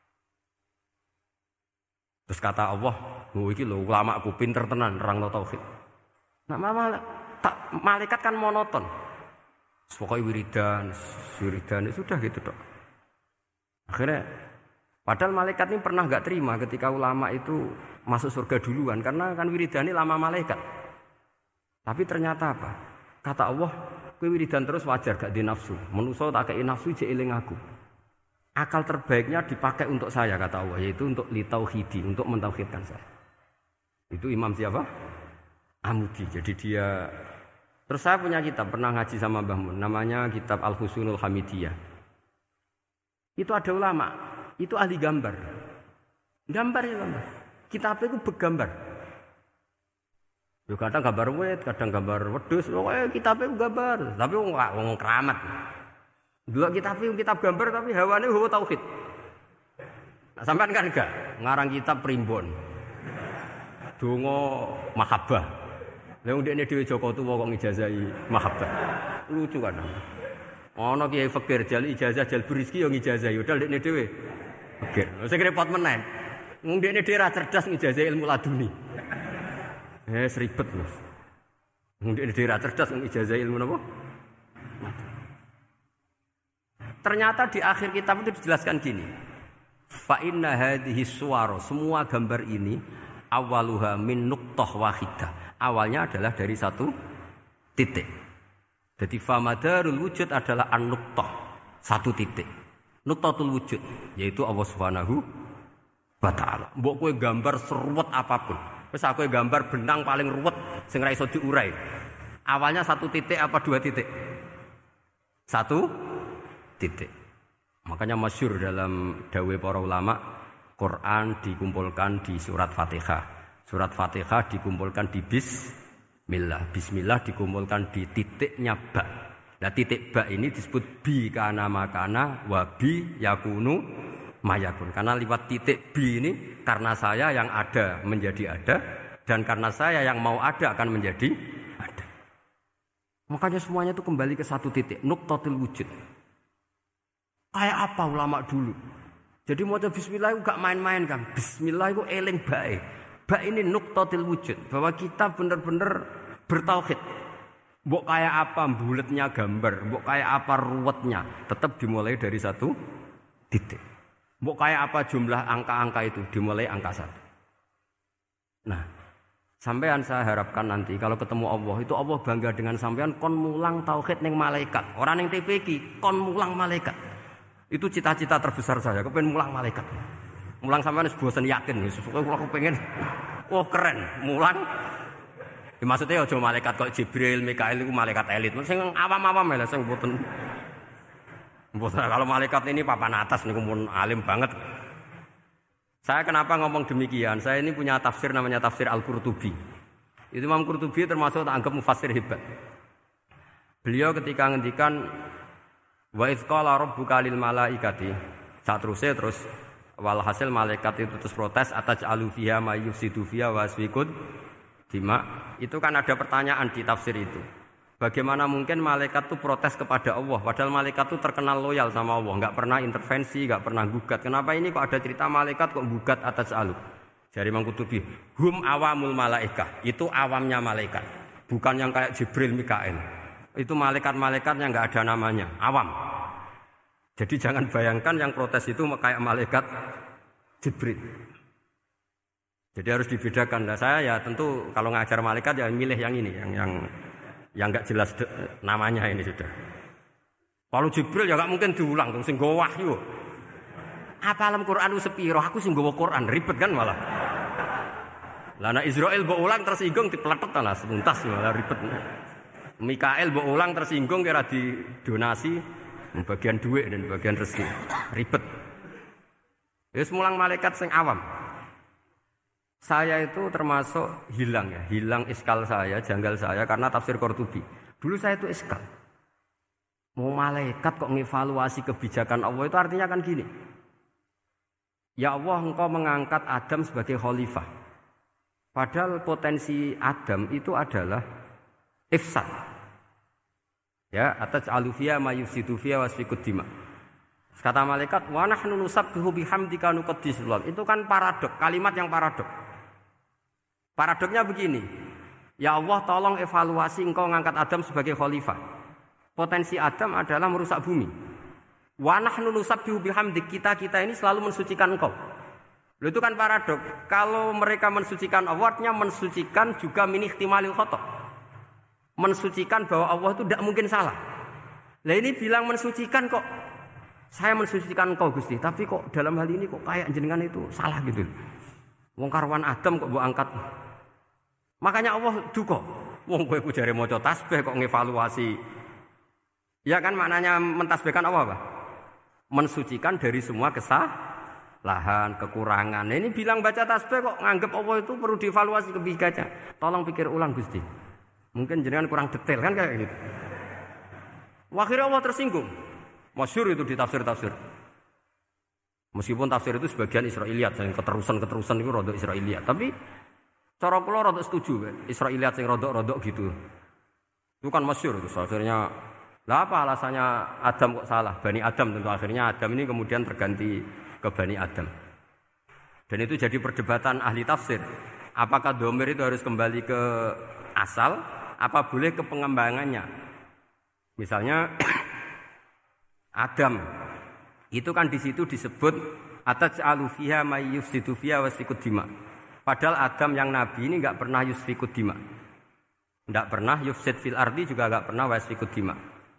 Terus kata Allah, oh iki lho ulama aku pinter tenan nerangno tauhid. Nah, mama tak malaikat kan monoton. Pokoknya wiridan, wiridan itu sudah gitu dok. Akhirnya, padahal malaikat ini pernah nggak terima ketika ulama itu masuk surga duluan, karena kan wiridan ini lama malaikat. Tapi ternyata apa? Kata Allah, kowe wiridan terus wajar gak di nafsu. Manusa tak kei nafsu jek eling aku. Akal terbaiknya dipakai untuk saya kata Allah, yaitu untuk litauhidi, untuk mentauhidkan saya. Itu Imam siapa? Amudi. Jadi dia. Terus saya punya kitab, pernah ngaji sama Mbah Mun, namanya kitab Al-Husunul Hamidiyah. Itu ada ulama, itu ahli gambar. Gambar ya gambar. Kitabnya itu bergambar. Ya kadang gambar wet, kadang gambar wedhus, pokoknya kitabnya itu gambar. Tapi enggak wong keramat. Dua kitabnya kitab gambar tapi hawane hawa tauhid. Nah, sampean kan enggak ngarang kitab primbon. Donga mahabbah. Lah ndekne dhewe Joko tuwa kok ngijazahi mahabbah. Lucu kan. Ana kiai fakir jal ijazah jal berizki yo ngijazahi padahal ndekne dhewe fakir. Sing repot menen. Wong ndekne dhewe ra cerdas ngijazahi ilmu laduni. Eh seribet Mas. Wong ndekne dhewe ra cerdas ngijazahi ilmu napa? Ternyata di akhir kitab itu dijelaskan gini. Fa inna hadhihi suwar, semua gambar ini awaluha min nuqtah wahidah. Awalnya adalah dari satu titik. Jadi famadarul wujud adalah an-nuqtah, satu titik. Nuqtatul wujud yaitu Allah Subhanahu wa taala. Mbok kowe gambar seruwet apapun. Wis aku gambar benang paling ruwet sing ra iso diurai. Awalnya satu titik apa dua titik? Satu titik. Makanya masyhur dalam dawuh para ulama, Quran dikumpulkan di surat Fatihah. Surat Fatihah dikumpulkan di Bismillah. Bismillah dikumpulkan di titiknya ba. Nah titik ba ini disebut bi kana makana wa bi yakunu mayakun. Karena lewat titik bi ini karena saya yang ada menjadi ada dan karena saya yang mau ada akan menjadi ada. Makanya semuanya itu kembali ke satu titik, nuqtatul wujud. Kayak apa ulama dulu? Jadi mau bismillah itu gak main-main kan. Bismillah itu eling bae. Ba ini nuqtatil wujud, bahwa kita benar-benar bertauhid. Mbok kayak apa buletnya gambar, mbok kayak apa ruwetnya, tetap dimulai dari satu titik. Mbok kayak apa jumlah angka-angka itu, dimulai angka satu. Nah, sampean saya harapkan nanti kalau ketemu Allah, itu Allah bangga dengan sampean kon mulang tauhid ning malaikat. Orang ning T P Q kon mulang malaikat. Itu cita-cita terbesar saya, kepen mulang malaikat. Mulang sampean wis bosen yakin wis kula kepengin oh keren, mulang. Ya, maksudnya aja malaikat kok Jibril, Mikail itu malaikat elit. Sing awam-awam lho sing mboten. Mboten kalau malaikat ini papan atas niku pun alim banget. Saya kenapa ngomong demikian? Saya ini punya tafsir namanya tafsir Al-Qurtubi. Itu Imam Qurtubi termasuk tak anggap mufassir hebat. Beliau ketika ngendikan wa idz qala rabbuka lil malaikati, saat terusnya terus walhasil malaikat itu terus protes ataj'alu fiha may yufsidu fiha wa yasfikud dima. Itu kan ada pertanyaan di tafsir itu. Bagaimana mungkin malaikat itu protes kepada Allah padahal malaikat itu terkenal loyal sama Allah, enggak pernah intervensi, enggak pernah gugat. Kenapa ini kok ada cerita malaikat kok gugat ataj'alu? Jari Imam Qurtubi, hum awamul malaikah, itu awamnya malaikat. Bukan yang kayak Jibril, Mikail. Itu malaikat-malaikat yang enggak ada namanya, awam. Jadi jangan bayangkan yang protes itu kayak malaikat Jibril. Jadi harus dibedakan. Nah, saya ya tentu kalau ngajar malaikat ya milih yang ini, yang yang yang enggak jelas de, namanya ini sudah. Kalau Jibril ya enggak mungkin diulang, dong sing nggawa wahyu. Apa alam Quran ku sepiro? Aku sing nggawa Quran ribet kan malah. Lah nek Israil mbok ulang tersinggung dipletet lah semuntas malah ribet. Mikail mbok ulang tersinggung kira di donasi bagian duit dan bagian rezeki. Ribet. Wis mulang malaikat sing awam. Saya itu termasuk hilang ya, hilang iskal saya, janggal saya karena tafsir Qurtubi. Dulu saya itu iskal. Mau malaikat kok ngevaluasi kebijakan Allah itu artinya kan gini. Ya Allah, engkau mengangkat Adam sebagai khalifah. Padahal potensi Adam itu adalah ifsad. Ya, ataj'alu fiha may yufsidu fiha wa yasfikud dima. Kata malaikat, wa nahnu nusabbihu bihamdika nuqaddisu lak. Itu kan paradok, kalimat yang paradok. Paradoknya begini. Ya Allah, tolong evaluasi engkau mengangkat Adam sebagai khalifah. Potensi Adam adalah merusak bumi. Wa nahnu nusabbihu bihamdik, kita-kita ini selalu mensucikan engkau. Loh, itu kan paradok. Kalau mereka mensucikan Allah, artinya mensucikan juga min ihtimalil khata'. Mensucikan bahwa Allah itu tidak mungkin salah. Lah ini bilang mensucikan kok. Saya mensucikan engkau Gusti, tapi kok dalam hal ini kok kayak jenengan itu salah gitu. Wong karwan Adam kok mbok angkat. Makanya Allah duka. Wong kowe ku jare maca tasbih kok ngevaluasi. Ya kan maknanya mentasbihkan Allah apa? Mensucikan dari semua kesalahan, kekurangan. Nah, ini bilang baca tasbih kok nganggep Allah itu perlu dievaluasi kebijakannya. Tolong pikir ulang Gusti. Mungkin jenengan kurang detail kan kayak gitu. Akhirnya Allah tersinggung. Masyhur itu di tafsir-tafsir. Meskipun tafsir itu sebagian Israiliyat, yang keterusan-keterusan itu rodok Israiliyat. Tapi cara kula rodok setuju, Israiliyat sing rodok-rodok gitu. Itu kan masyhur itu. Akhirnya, lah apa alasannya Adam kok salah? Bani Adam tentu akhirnya Adam ini kemudian terganti ke Bani Adam. Dan itu jadi perdebatan ahli tafsir. Apakah dhamir itu harus kembali ke asal? Apa boleh ke pengembangannya? Misalnya Adam itu kan di situ disebut ataj'alu fiha may yufsidu fiha wa yasfikud dima. Padahal Adam yang nabi ini enggak pernah yusfikud dima. Enggak pernah yufsid fil ardi, juga enggak pernah wa yasfikud dima.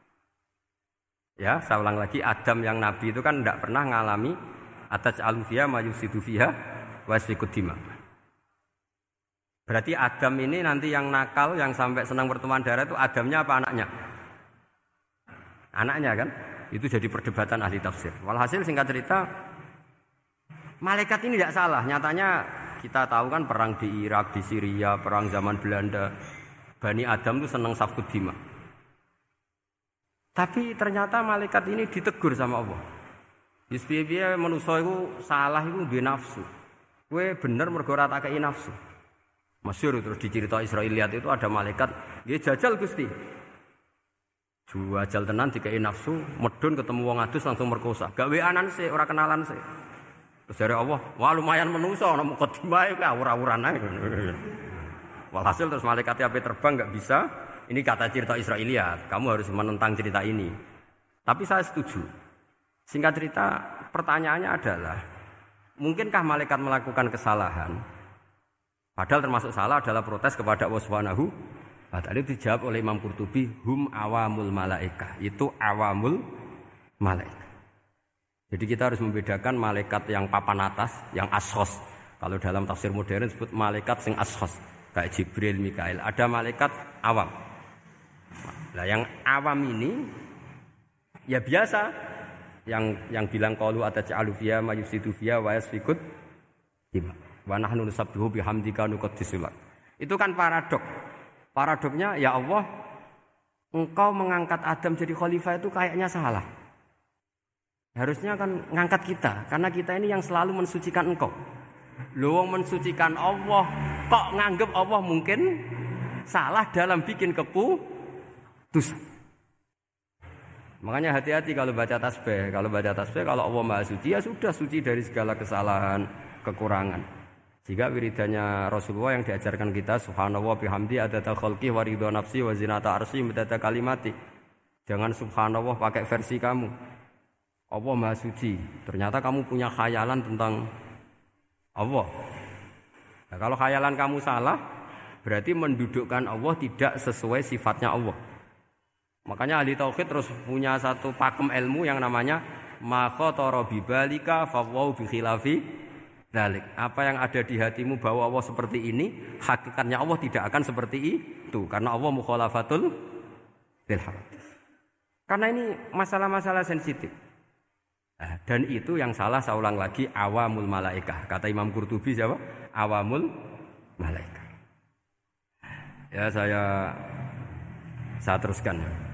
Ya, saya ulang lagi, Adam yang nabi itu kan enggak pernah ngalami ataj'alu fiha may yufsidu fiha wa yasfikud dima. Berarti Adam ini nanti yang nakal, yang sampai senang berteman darah itu Adamnya apa anaknya? Anaknya kan? Itu jadi perdebatan ahli tafsir. Walhasil singkat cerita, malaikat ini tidak salah. Nyatanya kita tahu kan perang di Irak, di Syria, perang zaman Belanda. Bani Adam itu senang safkud dima. Tapi ternyata malaikat ini ditegur sama Allah. Yusbiya manusia itu salah itu di nafsu. Kowe bener mergo ora tak kei nafsu. Masyhur terus dicerita Israiliyat itu ada malaikat, dia jajal Gusti. Jajal tenan dikei nafsu, medun ketemu wong adus langsung merkosa. Gawe anan sih, ora kenalan sih. Terus dari Allah, wah lumayan menungso ana mukadimah iku ora-uran ae. Walhasil terus malaikat ape terbang enggak bisa. Ini kata cerita Israiliyat, kamu harus menentang cerita ini. Tapi saya setuju. Singkat cerita, pertanyaannya adalah, mungkinkah malaikat melakukan kesalahan? Padahal termasuk salah adalah protes kepada Allah Subhanahu wa ta'ala. Tadi dijawab oleh Imam Qurtubi, hum awamul malaikah. Itu awamul malaikah. Jadi kita harus membedakan malaikat yang papan atas, yang ashos. Kalau dalam tafsir modern disebut malaikat sing ashos, kayak Jibril, Mikail. Ada malaikat awam. Nah, yang awam ini ya biasa, yang yang bilang qalu ataj'alu fiha ma yufsidu fiha wa yasfikut dima wa nahnu nusabbihu bihamdika nuqaddisu lak. Itu kan paradok. Paradoknya ya Allah, engkau mengangkat Adam jadi khalifah itu kayaknya salah. Harusnya kan ngangkat kita, karena kita ini yang selalu mensucikan engkau. Lu mensucikan Allah, kok nganggep Allah mungkin salah dalam bikin keputusan. Makanya hati-hati kalau baca tasbih. Kalau baca tasbih, kalau Allah Maha Suci, ya sudah suci dari segala kesalahan, kekurangan. Jika wiridannya Rasulullah yang diajarkan kita, subhanallah bihamdi adada khalqi wa ridha nafsi wa zinata arsy midada kalimati. Jangan subhanallah pakai versi kamu. Allah Maha Suci. Ternyata kamu punya khayalan tentang Allah. Nah, kalau khayalan kamu salah, berarti mendudukkan Allah tidak sesuai sifatnya Allah. Makanya ahli tauhid terus punya satu pakem ilmu yang namanya ma khatara bi balika fa wa bi khilafi dzalik. Apa yang ada di hatimu bahwa Allah seperti ini, hakikatnya Allah tidak akan seperti itu, karena Allah mukhalafatul lil hawadits. Karena ini masalah-masalah sensitif. Nah, dan itu yang salah, saya ulang lagi, awamul malaikah. Kata Imam Qurtubi siapa? Awamul malaikah. Ya saya saya teruskan.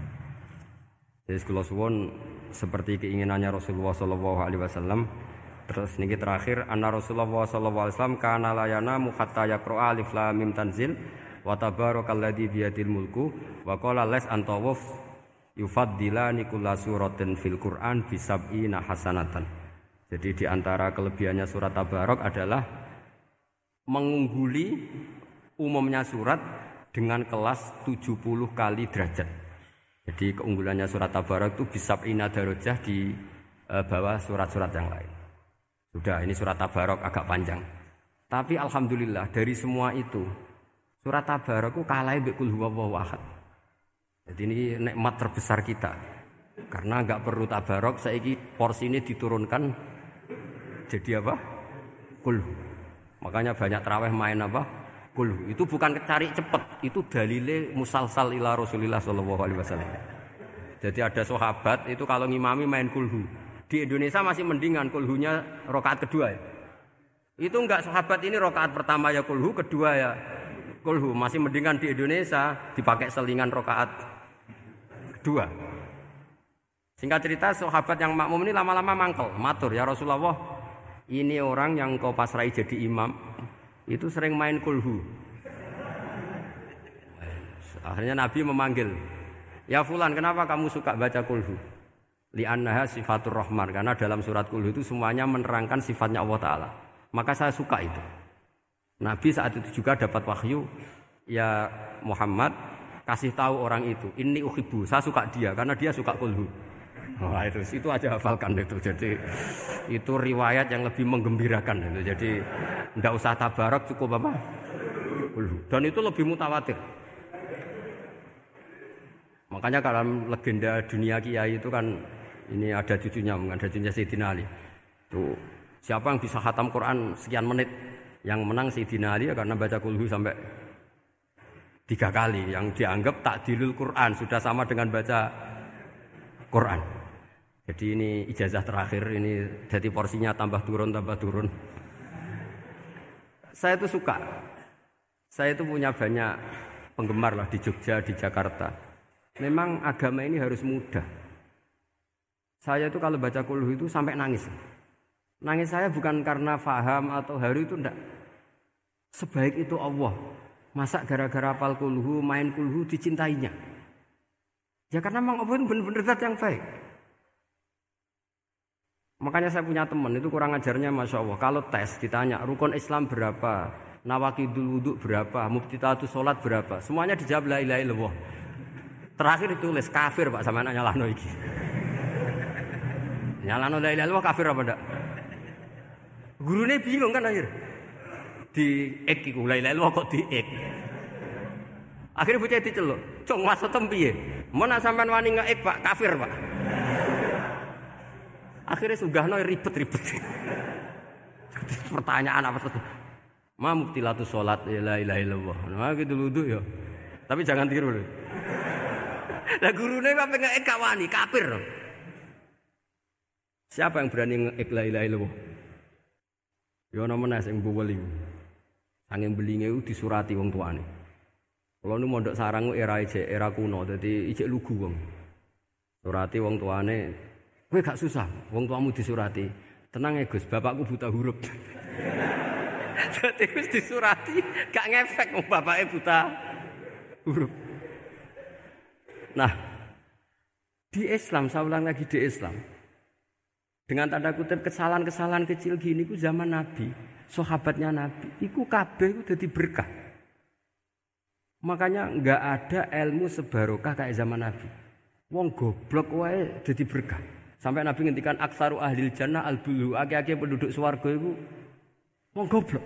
Jadi kula suwun seperti keinginannya Rasulullah sallallahu alaihi wasallam. Terus niki terakhir, anna Rasulullah sallallahu alaihi wasallam kana la yanamu hatta yaqra alif lam mim tanzil wa tabarakalladzi biyadil mulku wa qala las antawuf yufaddilani kulla suratin fil Qur'an bisab'ina hasanatan. Jadi di antara kelebihannya surat Tabarok adalah mengungguli umumnya surat dengan kelas tujuh puluh kali derajat. Jadi keunggulannya surat Tabarok itu bisab'ina darajah di e, bawah surat-surat yang lain. Sudah, ini surat Tabarok agak panjang. Tapi alhamdulillah dari semua itu surat Tabarok itu kalah mbek qul huwallahu ahad. Jadi ini nikmat terbesar kita. Karena enggak perlu tabarok, saiki porsi ini diturunkan jadi apa? Kulhu. Makanya banyak tarawih main apa? Kulhu. Itu bukan cari cepet, itu dalile musalsal ila Rasulillah sallallahu alaihi wasallam. Jadi ada sahabat itu kalau ngimami main kulhu. Di Indonesia masih mendingan kulhunya rakaat kedua ya. Itu enggak, sahabat ini rakaat pertama ya kulhu, kedua ya kulhu. Masih mendingan di Indonesia dipakai selingan rakaat dua. Singkat cerita, sahabat yang makmum ini lama-lama mangkel, matur, ya Rasulullah, ini orang yang kau pasrai jadi imam itu sering main kulhu. Akhirnya Nabi memanggil, ya fulan, kenapa kamu suka baca kulhu? Li'annaha sifatur rahman, karena dalam surat kulhu itu semuanya menerangkan sifatnya Allah Ta'ala. Maka saya suka itu. Nabi saat itu juga dapat wahyu, ya Muhammad, kasih tahu orang itu, inni uhibbu, saya suka dia karena dia suka kulhu. Wah, itu itu aja hafalkan itu. Jadi itu riwayat yang lebih menggembirakan itu. Jadi enggak usah tabarok, cukup apa? Kulhu. Dan itu lebih mutawatir. Makanya dalam legenda dunia kiai itu kan ini ada cucunya, ada cucunya Sayyidina Ali. Tuh, siapa yang bisa khatam Quran sekian menit? Yang menang Sayyidina Ali ya, karena baca kulhu sampai tiga kali, yang dianggap takdilul Quran, sudah sama dengan baca Quran. Jadi ini ijazah terakhir, ini jadi porsinya tambah turun, tambah turun. Saya itu suka, saya itu punya banyak penggemar lah di Jogja, di Jakarta. Memang agama ini harus mudah. Saya itu kalau baca kulhu itu sampai nangis. Nangis saya bukan karena faham atau haru, itu enggak. Sebaik itu Allah. Masa gara-gara apal kulhu, main kulhu dicintainya? Ya karena memang Allah benar-benar zat yang baik. Makanya saya punya teman, itu kurang ajarnya Masya Allah. Kalau tes ditanya, rukun Islam berapa? Nawakidul wudhu berapa? Muftitatus sholat berapa? Semuanya dijawab la ilaha illallah. Terakhir ditulis kafir Pak, sama anak nyalano iki. Nyalano la ilaha illallah kafir apa enggak? Gurunya bingung kan akhir. Di ek iku la ilaha illallah kok di ek. Akhirnya bocah diceluk, "Cung maksud piye? Mun sampean wani nge-ek Pak, kafir Pak." Akhirnya sugahno ribet-ribet. Pertanyaan apa tuh? Ma mubtilatu sholat la ilaha illallah. Nah gitu wudu ya. Tapi jangan tiru lho. Lah gurune apa pengen gak wani kafir. Siapa yang berani ngek la ilaha illallah? Ya ana meneh sing mbowel iku. Sanging belinge iku disurati wong tuane. Kula nu mondok sarang era ijek era kuno dadi ijek lugu wong. Surati wong tuane, kowe gak susah, wong tuamu disurati. Tenang ya Gus, bapakku buta huruf. Jadi wis disurati, gak ngefek wong bapake buta huruf. Nah, di Islam, saya ulang lagi di Islam. Dengan tanda kutip kesalahan-kesalahan kecil gini ku zaman Nabi, sahabatnya Nabi, iku kabeh ku dadi berkah. Makanya enggak ada ilmu sebarokah kayak zaman Nabi. Wong goblok wae dadi berkah. Sampai Nabi ngendikan aksaru ahlil jannah al-bulu, akeh-akeh penduduk swarga iku wong goblok.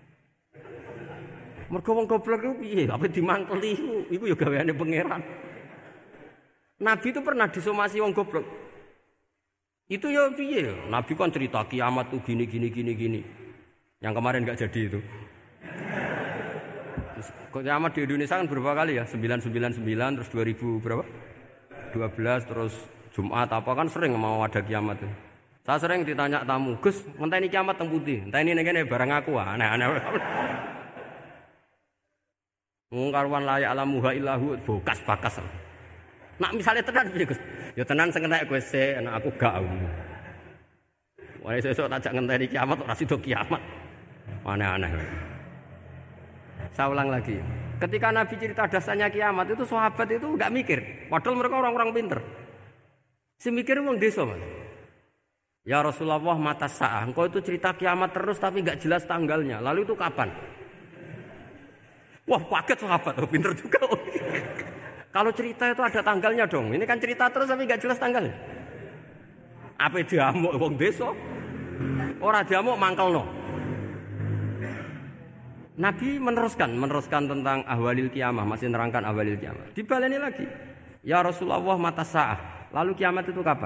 Mergo wong goblok iku piye? Apa dimangkeli iku iku ya gaweane pangeran. Nabi itu pernah disomasi wong goblok. Itu ya piye? Nabi kan cerita kiamat tuh gini gini gini gini. Yang kemarin enggak jadi itu. Kiamat di Indonesia kan berapa kali ya? sembilan ratus sembilan puluh sembilan terus dua ribu berapa? dua belas terus Jumat apa kan sering mau ada kiamat itu. Saya sering ditanya tamu, Gus, ngenteni kiamat teng pundi? Enteni ning kene barang aku aneh-aneh. Wong karuan layak alamuha illahu bokas bakas. Nak misalnya tenan piye Gus? Ya tenan sing enek kowe sik, enak aku gak. Wah sesuk tak jak ngenteni kiamat ora sida kiamat. Aneh-aneh. Saya ulang lagi. Ketika Nabi cerita dasarnya kiamat itu sahabat itu enggak mikir. Padahal mereka orang-orang pinter. Si mikir wong desa, Mas. Ya Rasulullah mata sa'ah. Engkau itu cerita kiamat terus tapi enggak jelas tanggalnya. Lalu itu kapan? Wah, kaget sahabat. Oh, pinter juga. Kalau cerita itu ada tanggalnya dong. Ini kan cerita terus tapi enggak jelas tanggalnya. Apa diamuk wong desa? Ora diamuk mangkelno. Nabi meneruskan, meneruskan tentang ahwalil kiamah, masih nerangkan ahwalil kiamah. Dibaleni lagi. Ya Rasulullah mata sa'ah. Lalu kiamat itu kapan?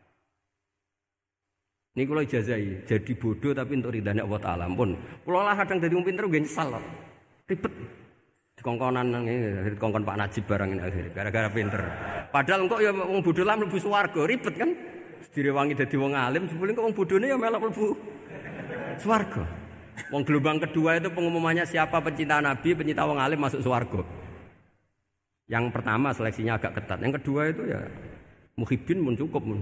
Ini kalau ijazai, jadi bodoh tapi untuk ridhanya Allah Ta'ala. Pun, kalau lah kadang jadi pinter, gue nyesal. Ribet. Dikongkonan, dikongkon Pak Najib barang ini akhirnya, gara-gara pinter. Padahal kok ya wong bodoh lah mlebu swarga, ribet kan? Direwangi dadi wong alim, sebelum kok wong bodohne ya melok mlebu swarga. Wong gelombang kedua itu pengumumannya siapa pencinta Nabi, pencinta wong alim masuk swarga. Yang pertama seleksinya agak ketat, yang kedua itu ya muhibin mun cukup mun.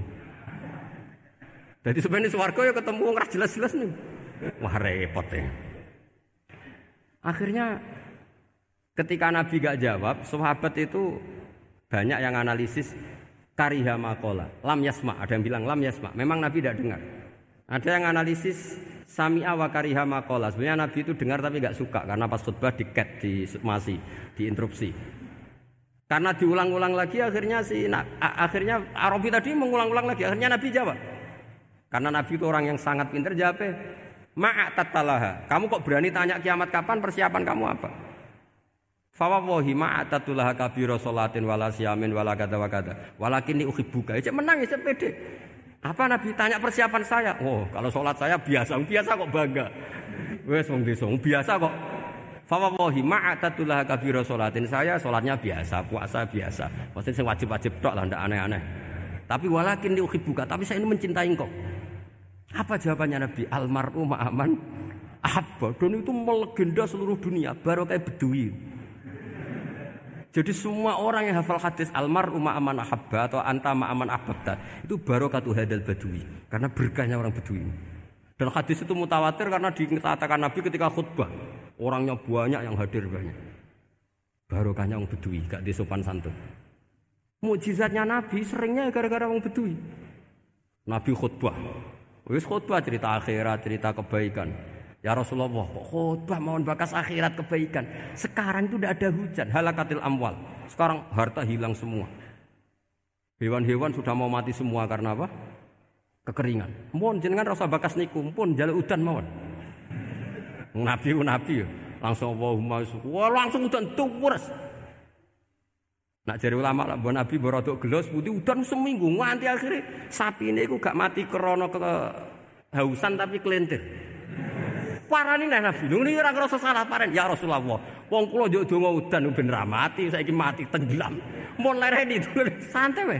Jadi sebenarnya swarga ya ketemu wong ra jelas-jelas nih. Wah repot ya. Akhirnya ketika Nabi gak jawab, sahabat itu banyak yang analisis kariha maqala, lam yasma, ada yang bilang lam yasma. Memang Nabi tidak dengar. Ada yang analisis sami'a wa kariha maqala. Sebenarnya Nabi itu dengar tapi gak suka karena pas khutbah di-cut, di-masih, diinterupsi. Karena diulang-ulang lagi akhirnya si nah, akhirnya Arabi tadi mengulang-ulang lagi akhirnya Nabi jawab. Karena Nabi itu orang yang sangat pintar jawabnya, ma'atatalaha. Kamu kok berani tanya kiamat kapan? Persiapan kamu apa? Fa wallahi ma'atatulaha kabira salatin wala siyamin wala kada wa kada. Walakin uhibbuka. Cek menang ya cek pede. Apa Nabi tanya persiapan saya? Oh, kalau salat saya biasa, biasa kok bangga. Wes wong desa, biasa kok. Fa wallahi ma'atatulaha kabira salatin. Saya salatnya biasa, puasa biasa. Maksudnya sing wajib-wajib tok lah ndak aneh-aneh. Tapi walakin uhibbuka, tapi saya ini mencintai engkau. Apa jawabannya Nabi? Almar'u ma'aman ahabba. Dan itu melegenda seluruh dunia, baru kayak bedui. Jadi semua orang yang hafal hadis almar'u ma'aman ahabba atau anta ma'aman ahbabta itu barokatu hadal badui, karena berkahnya orang bedui. Dan hadis itu mutawatir karena dikatakan Nabi ketika khutbah, orangnya banyak yang hadir banyak. Barokahnya orang bedui, gak disopan santun. Mukjizatnya Nabi seringnya gara-gara orang bedui. Nabi khutbah. Wis khutbah cerita akhirat, cerita kebaikan. Ya Rasulullah, kok khutbah mohon bakas akhirat kebaikan. Sekarang itu tidak ada hujan, halakatil amwal. Sekarang harta hilang semua. Hewan-hewan sudah mau mati semua karena apa? Kekeringan. Mohon jenengan rasa bakas niku, pun jaluk udan mawon. Nabi nabi langsung Allahumma wah langsung udan tuwes. Nak jare ulama lah mbok Nabi borodok gelos putih udan seminggu nganti akhire sapine iku gak mati krana kehausan tapi kelentir. Parani nek Nabi lho niki ora ngrasa salah paren ya Rasulullah. Wong kula njuk donga udan ben ra mati saiki mati tenggelam. Mun lereni santai wae.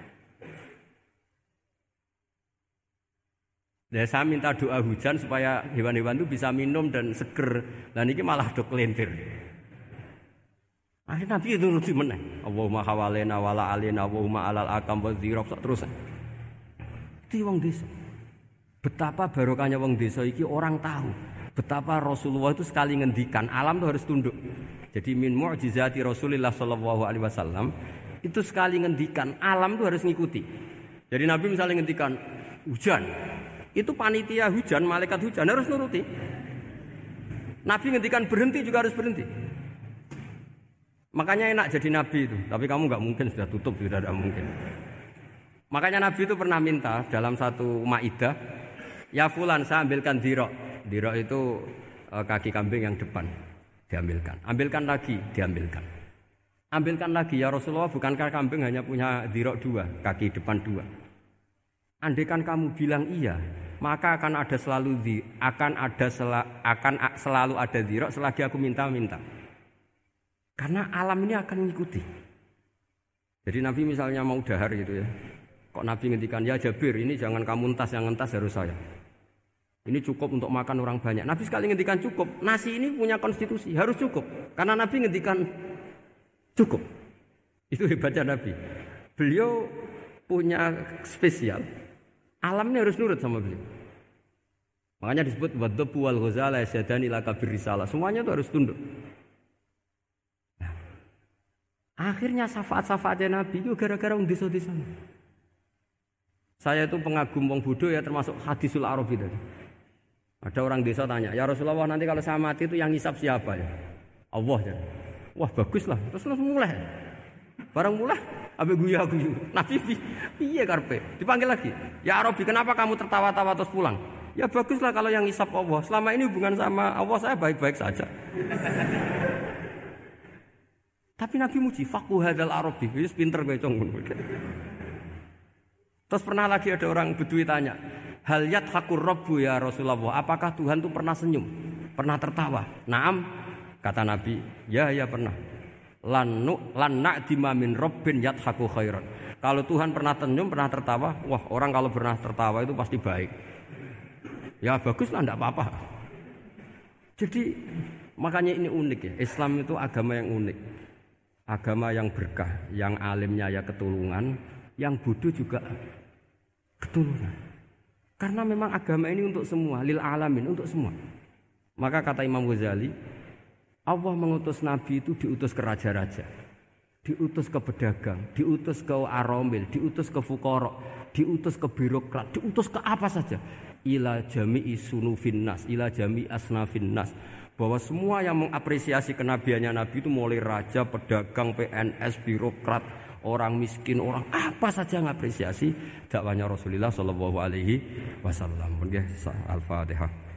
Ya, saya minta doa hujan supaya hewan-hewan itu bisa minum dan seger. Lah niki malah do kelentir. Akhirnya Nabi itu nuruti meneh. Allahumma hawalena wala alina Allahumma alal akam wa dzirab terus. Iki wong desa. Betapa barokahnya wong desa iki orang tahu. Betapa Rasulullah itu sekali ngendikan alam itu harus tunduk. Jadi min mu'jizati Rasulullah sallallahu alaihi wasallam itu sekali ngendikan alam itu harus ngikuti. Jadi Nabi misalnya ngendikan hujan, itu panitia hujan, malaikat hujan harus nuruti. Nabi ngendikan berhenti juga harus berhenti. Makanya enak jadi Nabi itu. Tapi kamu nggak mungkin sudah tutup, sudah tidak mungkin. Makanya Nabi itu pernah minta dalam satu maidah, ya fulan saya ambilkan dirok. Dirok itu e, kaki kambing yang depan, diambilkan. Ambilkan lagi, diambilkan. Ambilkan lagi ya Rasulullah, bukankah kambing hanya punya dirok dua, kaki depan dua. Andaikan kamu bilang iya, maka akan ada selalu di, akan ada sela, akan selalu ada dirok selagi aku minta-minta. Karena alam ini akan mengikuti. Jadi Nabi misalnya mau dahar gitu ya. Kok Nabi ngendikan ya Jabir ini jangan kamu entas, yang entas harus saya. Ini cukup untuk makan orang banyak. Nabi sekali ngendikan cukup. Nasi ini punya konstitusi, harus cukup. Karena Nabi ngendikan cukup. Itu hebatnya Nabi. Beliau punya spesial. Alam ini harus nurut sama beliau. Makanya disebut wadhabu wal ghazala yasadani laka birrisalah. Semuanya itu harus tunduk. Nah, akhirnya syafaat-syafaatnya Nabi itu gara-gara wong desa-desa. Saya itu pengagum wong Bodho ya, termasuk hadisul Arabi tadi. Ada orang desa tanya, ya Rasulullah nanti kalau saya mati itu yang ngisap siapa ya? Allah ya. Wah bagus lah, terus langsung mulai. Barang mulai, abe guya guyu. Nabi piye karpe? Dipanggil lagi. Ya Arabi, kenapa kamu tertawa-tawa terus pulang? Ya baguslah kalau yang ngisap Allah. Selama ini hubungan sama Allah saya baik-baik saja. Tapi Nabi muji, faku hadal Arabi, wis pinter kowe cong. Terus pernah lagi ada orang Bedui tanya, hal yadhakur rabbu ya Rasulullah, apakah Tuhan itu pernah senyum, pernah tertawa? Naam, kata Nabi, ya ya pernah. Lan lan na'dima min rabbin yadhaku khairan. Kalau Tuhan pernah senyum, pernah tertawa, wah orang kalau pernah tertawa itu pasti baik. Ya baguslah, enggak apa-apa. Jadi makanya ini unik ya, Islam itu agama yang unik. Agama yang berkah, yang alimnya ya ketulungan, yang bodoh juga ketulungan. Karena memang agama ini untuk semua, lil alamin, untuk semua. Maka kata Imam Ghazali, Allah mengutus Nabi itu diutus ke raja-raja, diutus ke pedagang, diutus ke aromil, diutus ke fuqara, diutus ke birokrat, diutus ke apa saja. Ila jami'i sunufin nas, ila jami'i asnafin nas. Bahwa semua yang mengapresiasi kenabiannya Nabi itu mulai raja, pedagang, P N S, birokrat, orang miskin, orang apa saja mengapresiasi dakwahnya Rasulullah sallallahu alaihi wasallam. Al-Fatihah.